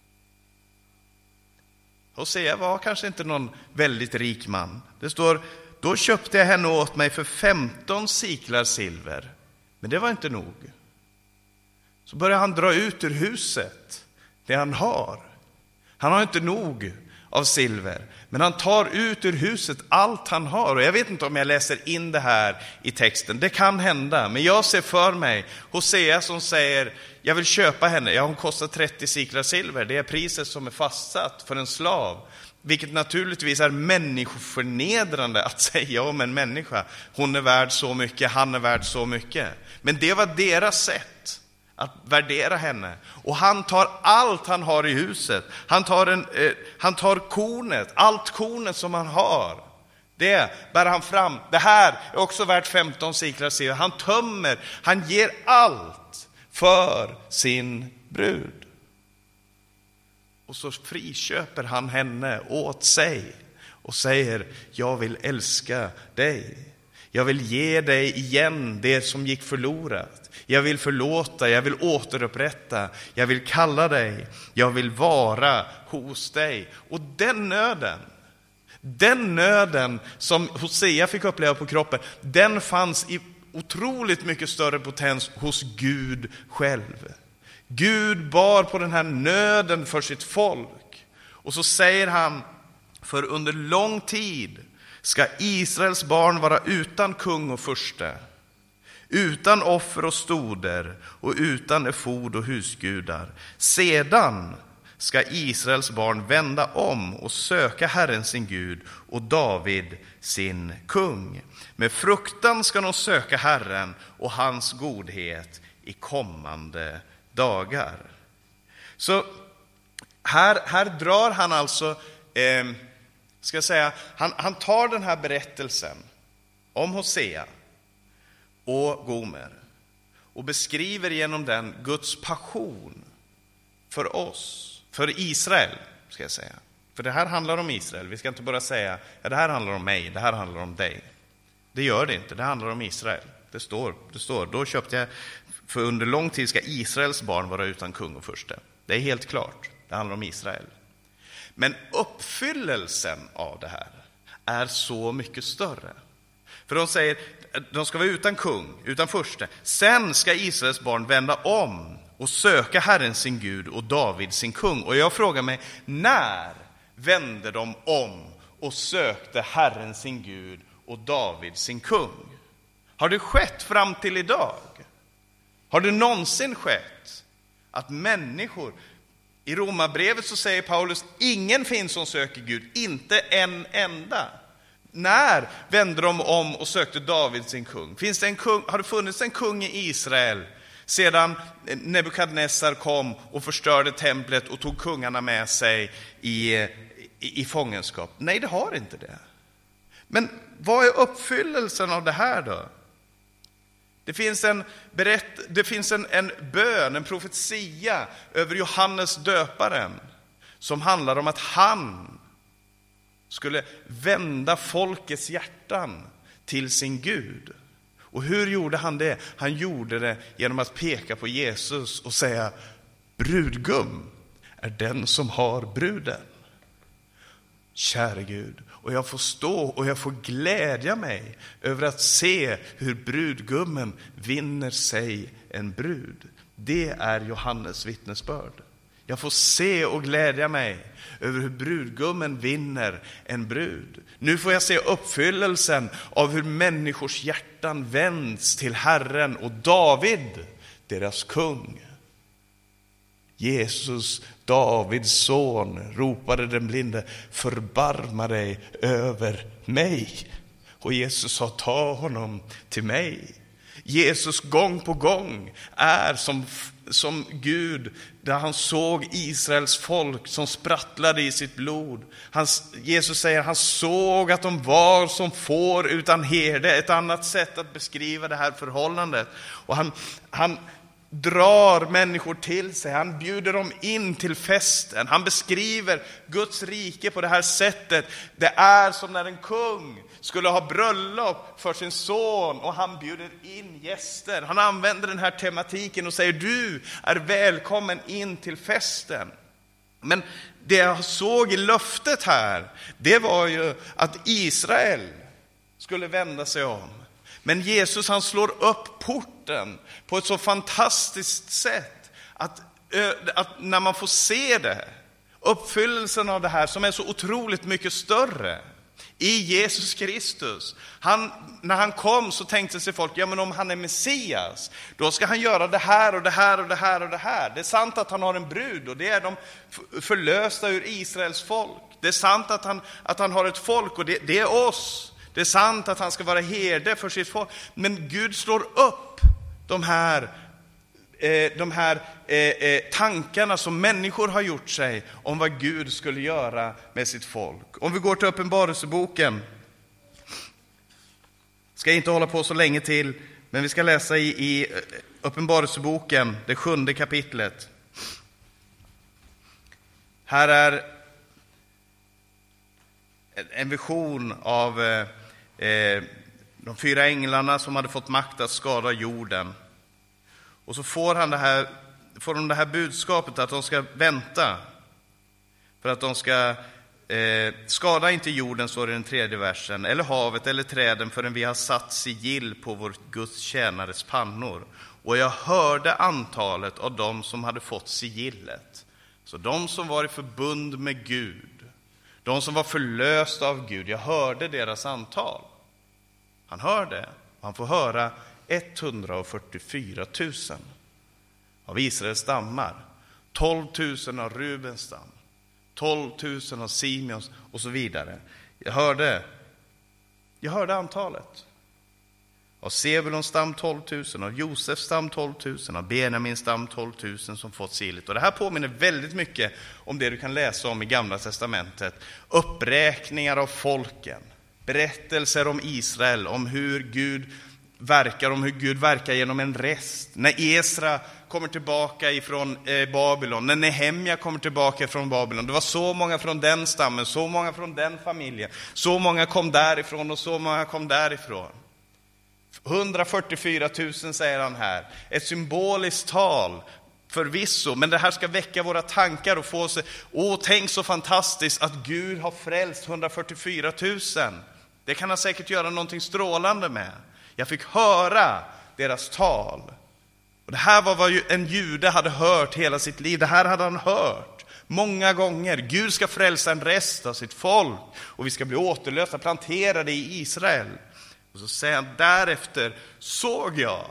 Hosea var kanske inte någon väldigt rik man. Det står: då köpte jag henne åt mig för femton siklar silver. Men det var inte nog. Så börjar han dra ut ur huset det han har. Han har inte nog av silver, men han tar ut ur huset allt han har. Och jag vet inte om jag läser in det här i texten. Det kan hända, men jag ser för mig Hosea som säger: jag vill köpa henne. Ja, hon kostar trettio siklar silver. Det är priset som är fastsatt för en slav. Vilket naturligtvis är människoförnedrande att säga om en människa. Hon är värd så mycket, han är värd så mycket. Men det var deras sätt att värdera henne. Och han tar allt han har i huset. Han tar, en, eh, han tar kornet, allt kornet som han har. Det bär han fram. Det här är också värt femton siklar silver. Han tömmer, han ger allt för sin brud. Och så friköper han henne åt sig och säger: jag vill älska dig. Jag vill ge dig igen det som gick förlorat. Jag vill förlåta, jag vill återupprätta. Jag vill kalla dig, jag vill vara hos dig. Och den nöden, den nöden som Hosea fick uppleva på kroppen, den fanns i otroligt mycket större potens hos Gud själv. Gud bar på den här nöden för sitt folk. Och så säger han: för under lång tid ska Israels barn vara utan kung och furste, utan offer och stoder och utan efod och husgudar. Sedan ska Israels barn vända om och söka Herren sin Gud och David sin kung. Med fruktan ska de söka Herren och hans godhet i kommande dagar. Så här, här drar han alltså, eh, ska jag säga, han, han tar den här berättelsen om Hosea och Gomer och beskriver genom den Guds passion för oss, för Israel, ska jag säga. För det här handlar om Israel. Vi ska inte bara säga: ja, det här handlar om mig, det här handlar om dig. Det gör det inte, det handlar om Israel. Det står, det står, då köpte jag, för under lång tid ska Israels barn vara utan kung och furste. Det är helt klart, det handlar om Israel. Men uppfyllelsen av det här är så mycket större. För de säger, de ska vara utan kung, utan furste. Sen ska Israels barn vända om och söka Herren sin Gud och David sin kung. Och jag frågar mig, när vände de om och sökte Herren sin Gud och David sin kung? Har det skett fram till idag? Har det någonsin skett att människor, i Romarbrevet så säger Paulus: ingen finns som söker Gud, inte en enda. När vände de om och sökte David sin kung? Finns det en kung? Har det funnits en kung i Israel sedan Nebukadnessar kom och förstörde templet och tog kungarna med sig i, i, i fångenskap? Nej, det har inte det. Men vad är uppfyllelsen av det här då? Det finns en, berätt, det finns en, en bön, en profetia över Johannes döparen som handlar om att han skulle vända folkets hjärtan till sin Gud. Och hur gjorde han det? Han gjorde det genom att peka på Jesus och säga: brudgum är den som har bruden. Käre Gud, och jag får stå och jag får glädja mig över att se hur brudgummen vinner sig en brud. Det är Johannes vittnesbörd. Jag får se och glädja mig över hur brudgummen vinner en brud. Nu får jag se uppfyllelsen av hur människors hjärtan vänds till Herren och David, deras kung. Jesus, Davids son, ropade den blinde, förbarma dig över mig. Och Jesus sa, ta honom till mig. Jesus gång på gång är som, som Gud, där han såg Israels folk som sprattlade i sitt blod. Han, Jesus säger, han såg att de var som får utan herde. Ett annat sätt att beskriva det här förhållandet. Och han, han drar människor till sig. Han bjuder dem in till festen. Han beskriver Guds rike på det här sättet. Det är som när en kung skulle ha bröllop för sin son och han bjuder in gäster. Han använder den här tematiken och säger, du är välkommen in till festen. Men det jag såg i löftet här, det var ju att Israel skulle vända sig om. Men Jesus, han slår upp porten på ett så fantastiskt sätt att, att när man får se det, uppfyllelsen av det här som är så otroligt mycket större i Jesus Kristus. Han, när han kom så tänkte sig folk, ja men om han är Messias, då ska han göra det här och det här och det här och det här. Det är sant att han har en brud och det är de förlösta ur Israels folk. Det är sant att han, att han har ett folk och det, det är oss. Det är sant att han ska vara herde för sitt folk. Men Gud slår upp de här, eh, de här eh, eh, tankarna som människor har gjort sig om vad Gud skulle göra med sitt folk. Om vi går till Uppenbarelseboken. Ska inte hålla på så länge till, men vi ska läsa i, i Uppenbarelseboken, det sjunde kapitlet. Här är en vision av eh, de fyra änglarna som hade fått makt att skada jorden. Och så får han det här, får de det här budskapet att de ska vänta. För att de ska eh, skada inte jorden, står det i den tredje versen, eller havet eller träden, förrän vi har satt sigill på vår Guds tjänares pannor. Och jag hörde antalet av dem som hade fått sigillet. Så de som var i förbund med Gud, de som var förlösta av Gud, jag hörde deras antal. Han hörde, han får höra etthundrafyrtiofyra tusen av Israels stammar, tolv tusen av Rubens stam, tolv tusen av Simeons och så vidare. Jag hörde, jag hörde antalet. Av Sebulons stam tolv tusen, av Josefs stam tolv tusen, av Benjamins stam tolv tusen som fått sigillet. Och det här påminner väldigt mycket om det du kan läsa om i Gamla testamentet. Uppräkningar av folken, berättelser om Israel, om hur Gud verkar, om hur Gud verkar genom en rest. När Esra kommer tillbaka ifrån eh, Babylon, när Nehemja kommer tillbaka från Babylon. Det var så många från den stammen, så många från den familjen. Så många kom därifrån och så många kom därifrån. hundrafyrtiofyra tusen säger han här. Ett symboliskt tal förvisso, men det här ska väcka våra tankar och få oss, åh tänk så fantastiskt att Gud har frälst hundrafyrtiofyra tusen. Det kan han säkert göra någonting strålande med. Jag fick höra deras tal. Och det här var vad en jude hade hört hela sitt liv. Det här hade han hört många gånger. Gud ska frälsa en rest av sitt folk och vi ska bli återlösta, planterade i Israel. Och så säger han, därefter såg jag.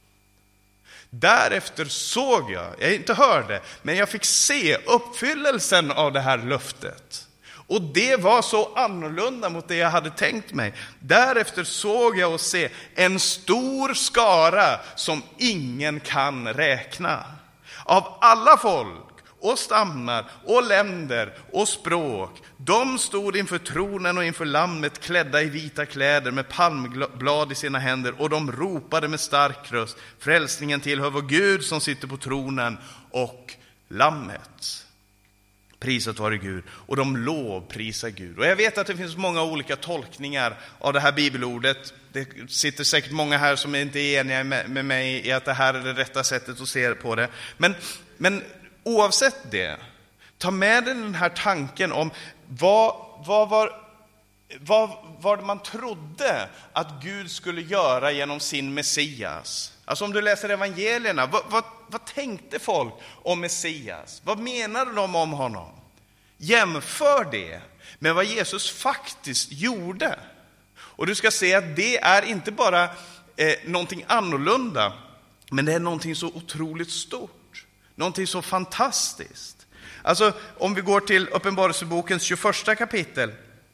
Därefter såg jag, jag inte hörde, men jag fick se uppfyllelsen av det här löftet. Och det var så annorlunda mot det jag hade tänkt mig. Därefter såg jag och se en stor skara som ingen kan räkna. Av alla folk och stammar och länder och språk. De stod inför tronen och inför lammet klädda i vita kläder med palmblad i sina händer. Och de ropade med stark röst, frälsningen tillhör vår Gud som sitter på tronen och lammet. Prisat vare Gud. Och de lovprisar Gud. Och jag vet att det finns många olika tolkningar av det här bibelordet. Det sitter säkert många här som inte är eniga med, med mig i att det här är det rätta sättet att se på det. Men, men oavsett det, ta med dig den här tanken om vad, vad var vad var det man trodde att Gud skulle göra genom sin Messias? Alltså om du läser evangelierna, vad, vad, vad tänkte folk om Messias? Vad menade de om honom? Jämför det med vad Jesus faktiskt gjorde. Och du ska se att det är inte bara eh, någonting annorlunda, men det är någonting så otroligt stort. Någonting så fantastiskt. Alltså om vi går till Uppenbarelsebokens tjugoförsta kapitel.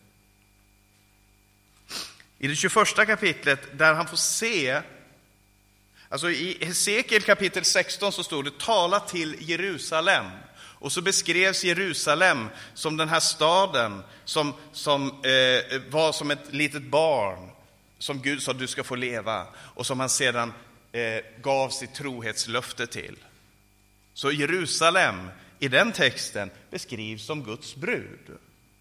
I det tjugoförsta kapitlet där han får se, alltså i Hesekiel kapitel sexton så står det tala till Jerusalem. Och så beskrevs Jerusalem som den här staden som, som eh, var som ett litet barn som Gud sa du ska få leva och som han sedan eh, gav sitt trohetslöfte till. Så Jerusalem i den texten beskrivs som Guds brud.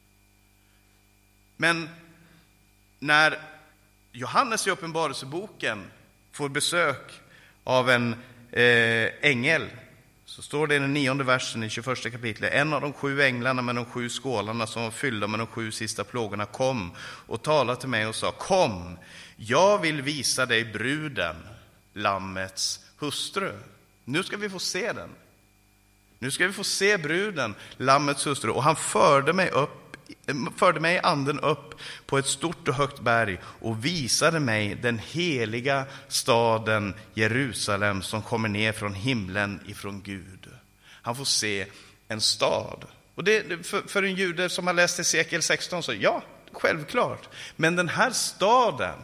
Men när Johannes i Uppenbarelseboken får besök av en eh, ängel, så står det i den nionde versen i tjugoförsta kapitlet. En av de sju änglarna med de sju skålarna som var fyllda med de sju sista plågorna kom och talade till mig och sa: kom, jag vill visa dig bruden, lammets hustru. Nu ska vi få se den. Nu ska vi få se bruden, lammets hustru. Och han förde mig upp förde mig anden upp på ett stort och högt berg och visade mig den heliga staden Jerusalem som kommer ner från himlen ifrån Gud. Han får se en stad. Och det, för, för en jude som har läst Hesekiel sexton så ja, självklart. Men den här staden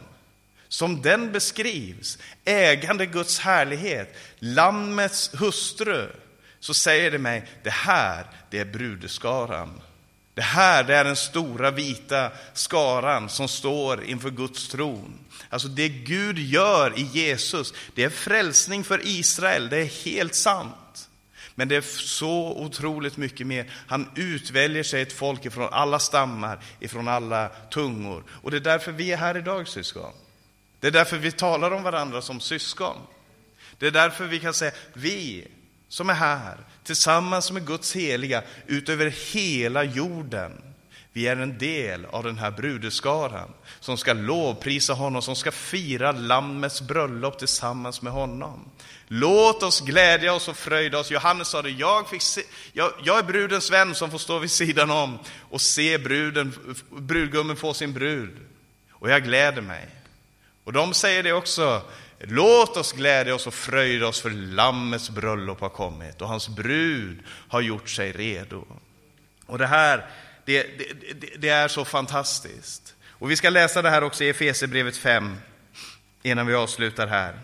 som den beskrivs, ägande Guds härlighet, lammets hustru, så säger det mig, det här det är brudeskaran. Det här det är den stora vita skaran som står inför Guds tron. Alltså det Gud gör i Jesus, det är frälsning för Israel, det är helt sant. Men det är så otroligt mycket mer. Han utväljer sig ett folk ifrån alla stammar, ifrån alla tungor. Och det är därför vi är här idag, syskon. Det är därför vi talar om varandra som syskon. Det är därför vi kan säga, vi som är här tillsammans med Guds heliga utöver hela jorden, vi är en del av den här brudeskaran som ska lovprisa honom, som ska fira lammets bröllop tillsammans med honom. Låt oss glädja oss och fröjda oss. Johannes sa det, jag, fick se, jag, jag är brudens vän som får stå vid sidan om och se bruden, brudgummen få sin brud. Och jag gläder mig. Och de säger det också, låt oss glädja oss och fröjda oss för lammets bröllop har kommit och hans brud har gjort sig redo. Och det här, det, det, det, det är så fantastiskt. Och vi ska läsa det här också i Efesierbrevet fem innan vi avslutar här.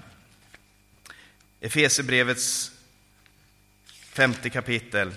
Efesierbrevets femte kapitel.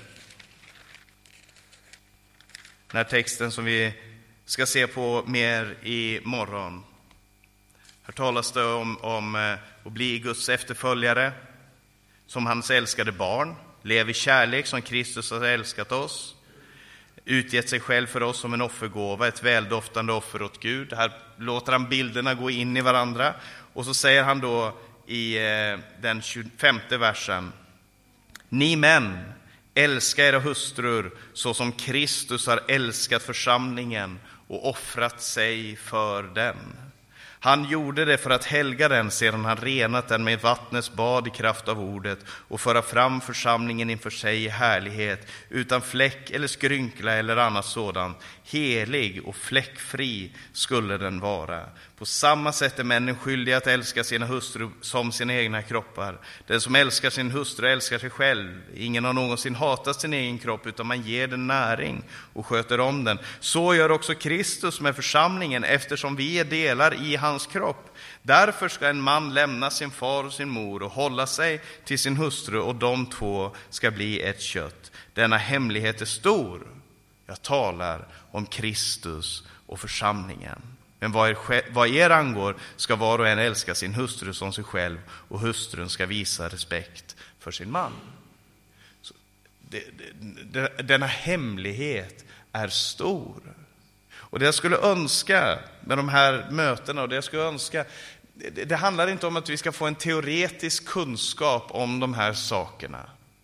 Den här texten som vi ska se på mer i morgon. Här talas det om, om att bli Guds efterföljare som hans älskade barn. Lev i kärlek som Kristus har älskat oss. Utgett sig själv för oss som en offergåva, ett väldoftande offer åt Gud. Här låter han bilderna gå in i varandra. Och så säger han då i den tjugofemte versen: ni män, älska era hustrur så som Kristus har älskat församlingen och offrat sig för den. Han gjorde det för att helga den sedan han renat den med vattnets bad i kraft av ordet och föra fram församlingen inför sig i härlighet, utan fläck eller skrynkla eller annat sådant. Helig och fläckfri skulle den vara. På samma sätt är männen skyldiga att älska sina hustrur som sina egna kroppar. Den som älskar sin hustru älskar sig själv. Ingen har någonsin hatat sin egen kropp, utan man ger den näring och sköter om den. Så gör också Kristus med församlingen, eftersom vi är delar i hans kropp. Därför ska en man lämna sin far och sin mor och hålla sig till sin hustru, och de två ska bli ett kött. Denna hemlighet är stor. Jag talar om Kristus och församlingen. Men vad er, vad er angår ska var och en älska sin hustru som sig själv, och hustrun ska visa respekt för sin man. Så det, det, denna hemlighet är stor. Och det jag skulle önska med de här mötena, och det jag skulle önska, det, det handlar inte om att vi ska få en teoretisk kunskap om de här sakerna.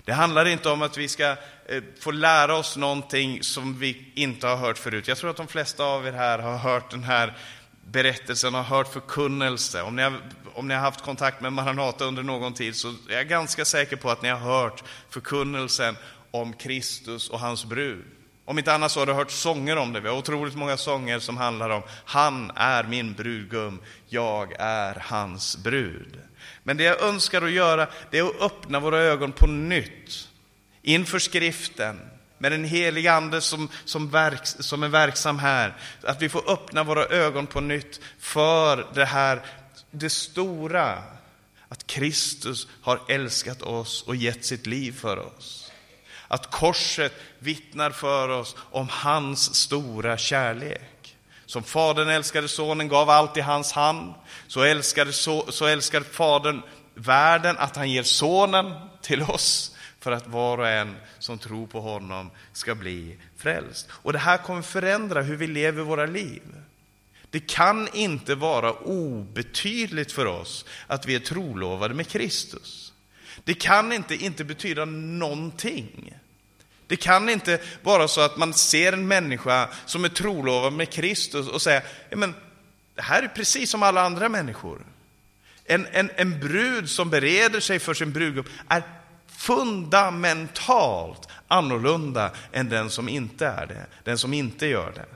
Det handlar inte om att vi ska eh, få lära oss någonting som vi inte har hört förut. Jag tror att de flesta av er här har hört den här berättelsen, har hört förkunnelse. Om ni har, om ni har haft kontakt med Maranata under någon tid, så är jag ganska säker på att ni har hört förkunnelsen om Kristus och hans brud. Om inte annars så har du hört sånger om det. Vi har otroligt många sånger som handlar om: han är min brudgum, jag är hans brud. Men det jag önskar att göra, det är att öppna våra ögon på nytt inför skriften, med den heliga ande som, som, verk, som är verksam här. Att vi får öppna våra ögon på nytt för det här, det stora, att Kristus har älskat oss och gett sitt liv för oss. Att korset vittnar för oss om hans stora kärlek. Som fadern älskade sonen, gav allt i hans hand, så älskade, så, så älskar fadern världen att han ger sonen till oss, för att var och en som tror på honom ska bli frälst. Och det här kommer förändra hur vi lever våra liv. Det kan inte vara obetydligt för oss att vi är trolovade med Kristus. Det kan inte, inte betyda någonting. Det kan inte vara så att man ser en människa som är trolovad med Kristus och säger: ja, men det här är precis som alla andra människor. En, en, en brud som bereder sig för sin brudgum är fundamentalt annorlunda än den som inte är det, den som inte gör det.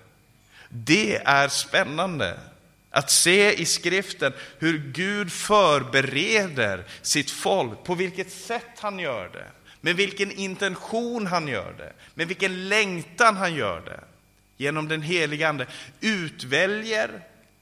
Det är spännande att se i skriften hur Gud förbereder sitt folk, på vilket sätt han gör det, med vilken intention han gör det, med vilken längtan han gör det. Genom den heliga ande utväljer,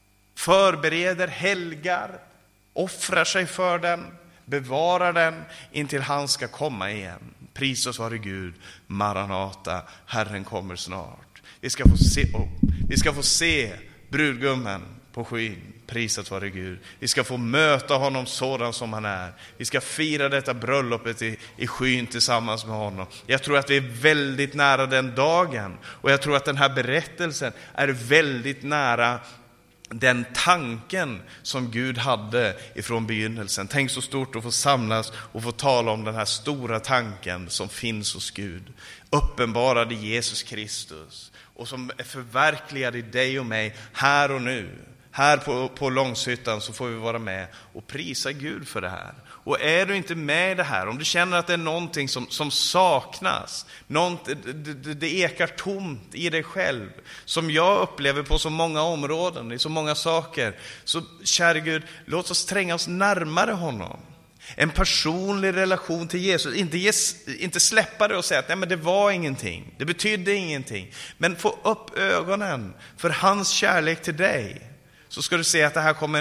förbereder, helgar, offrar sig för den, bevarar den intill han ska komma igen. Prisas vare Gud, Maranata, Herren kommer snart. Vi ska få se, oh, vi ska få se brudgummen på skyn. Prisat vare Gud. Vi ska få möta honom sådan som han är. Vi ska fira detta bröllopet i, i skyn tillsammans med honom. Jag tror att vi är väldigt nära den dagen. Och jag tror att den här berättelsen är väldigt nära den tanken som Gud hade ifrån begynnelsen. Tänk så stort att få samlas och få tala om den här stora tanken som finns hos Gud. Uppenbarad i Jesus Kristus. Och som är förverkligad i dig och mig här och nu. Här på, på Långshyttan så får vi vara med och prisa Gud för det här. Och är du inte med i det här, om du känner att det är någonting som, som saknas, något, det, det, det ekar tomt i dig själv, som jag upplever på så många områden, i så många saker, så kära Gud, låt oss tränga oss närmare honom. En personlig relation till Jesus. Inte, ges, inte släppa det och säga att nej, men det var ingenting. Det betydde ingenting. Men få upp ögonen för hans kärlek till dig. Så ska du se att det här kommer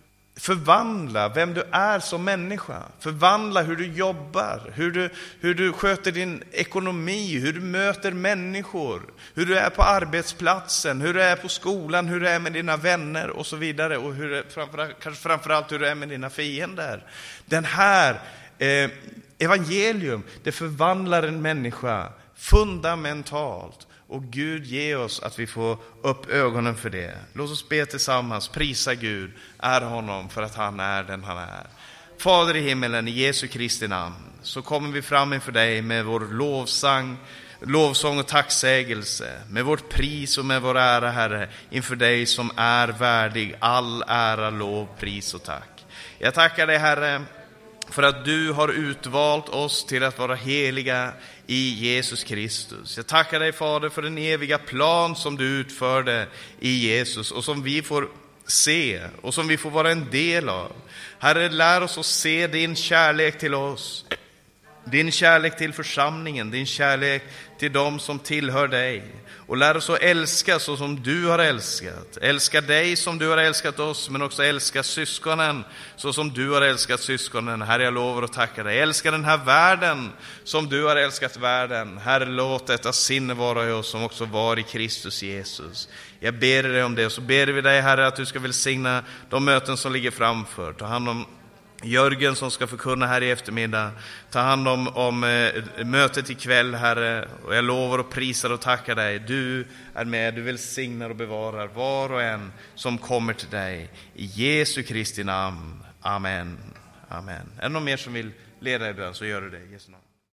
förvandla vem du är som människa. Förvandla hur du jobbar. Hur du, hur du sköter din ekonomi. Hur du möter människor. Hur du är på arbetsplatsen. Hur du är på skolan. Hur du är med dina vänner och så vidare. Och hur, framförallt, kanske framförallt hur du är med dina fiender. Den här eh, evangelium, det förvandlar en människa fundamentalt. Och Gud ger oss att vi får upp ögonen för det. Låt oss be tillsammans, prisa Gud, är honom för att han är den han är. Fader i himmelen, i Jesu Kristi namn, så kommer vi fram inför dig med vår lovsang, lovsång och tacksägelse, med vårt pris och med vår ära, Herre, inför dig som är värdig all ära, lov, pris och tack. Jag tackar dig, Herre, för att du har utvalt oss till att vara heliga i Jesus Kristus. Jag tackar dig, Fader, för den eviga plan som du utförde i Jesus och som vi får se och som vi får vara en del av. Herre, lär oss att se din kärlek till oss, din kärlek till församlingen, din kärlek till dem som tillhör dig. Och lär oss att älska så som du har älskat. Älska dig som du har älskat oss, men också älska syskonen så som du har älskat syskonen. Herre, jag lovar och tackar dig. Älska den här världen som du har älskat världen. Herre, låt detta sinne vara i oss som också var i Kristus Jesus. Jag ber dig om det, och så ber vi dig, Herre, att du ska välsigna de möten som ligger framför. Ta hand om Jörgen som ska förkunna här i eftermiddag. Ta hand om, om eh, mötet ikväll, Herre. Och jag lovar och prisar och tackar dig. Du är med, du välsignar och bevarar var och en som kommer till dig. I Jesu Kristi namn. Amen. Amen. Är det någon mer som vill leda i bön, så gör du det i Jesu namn.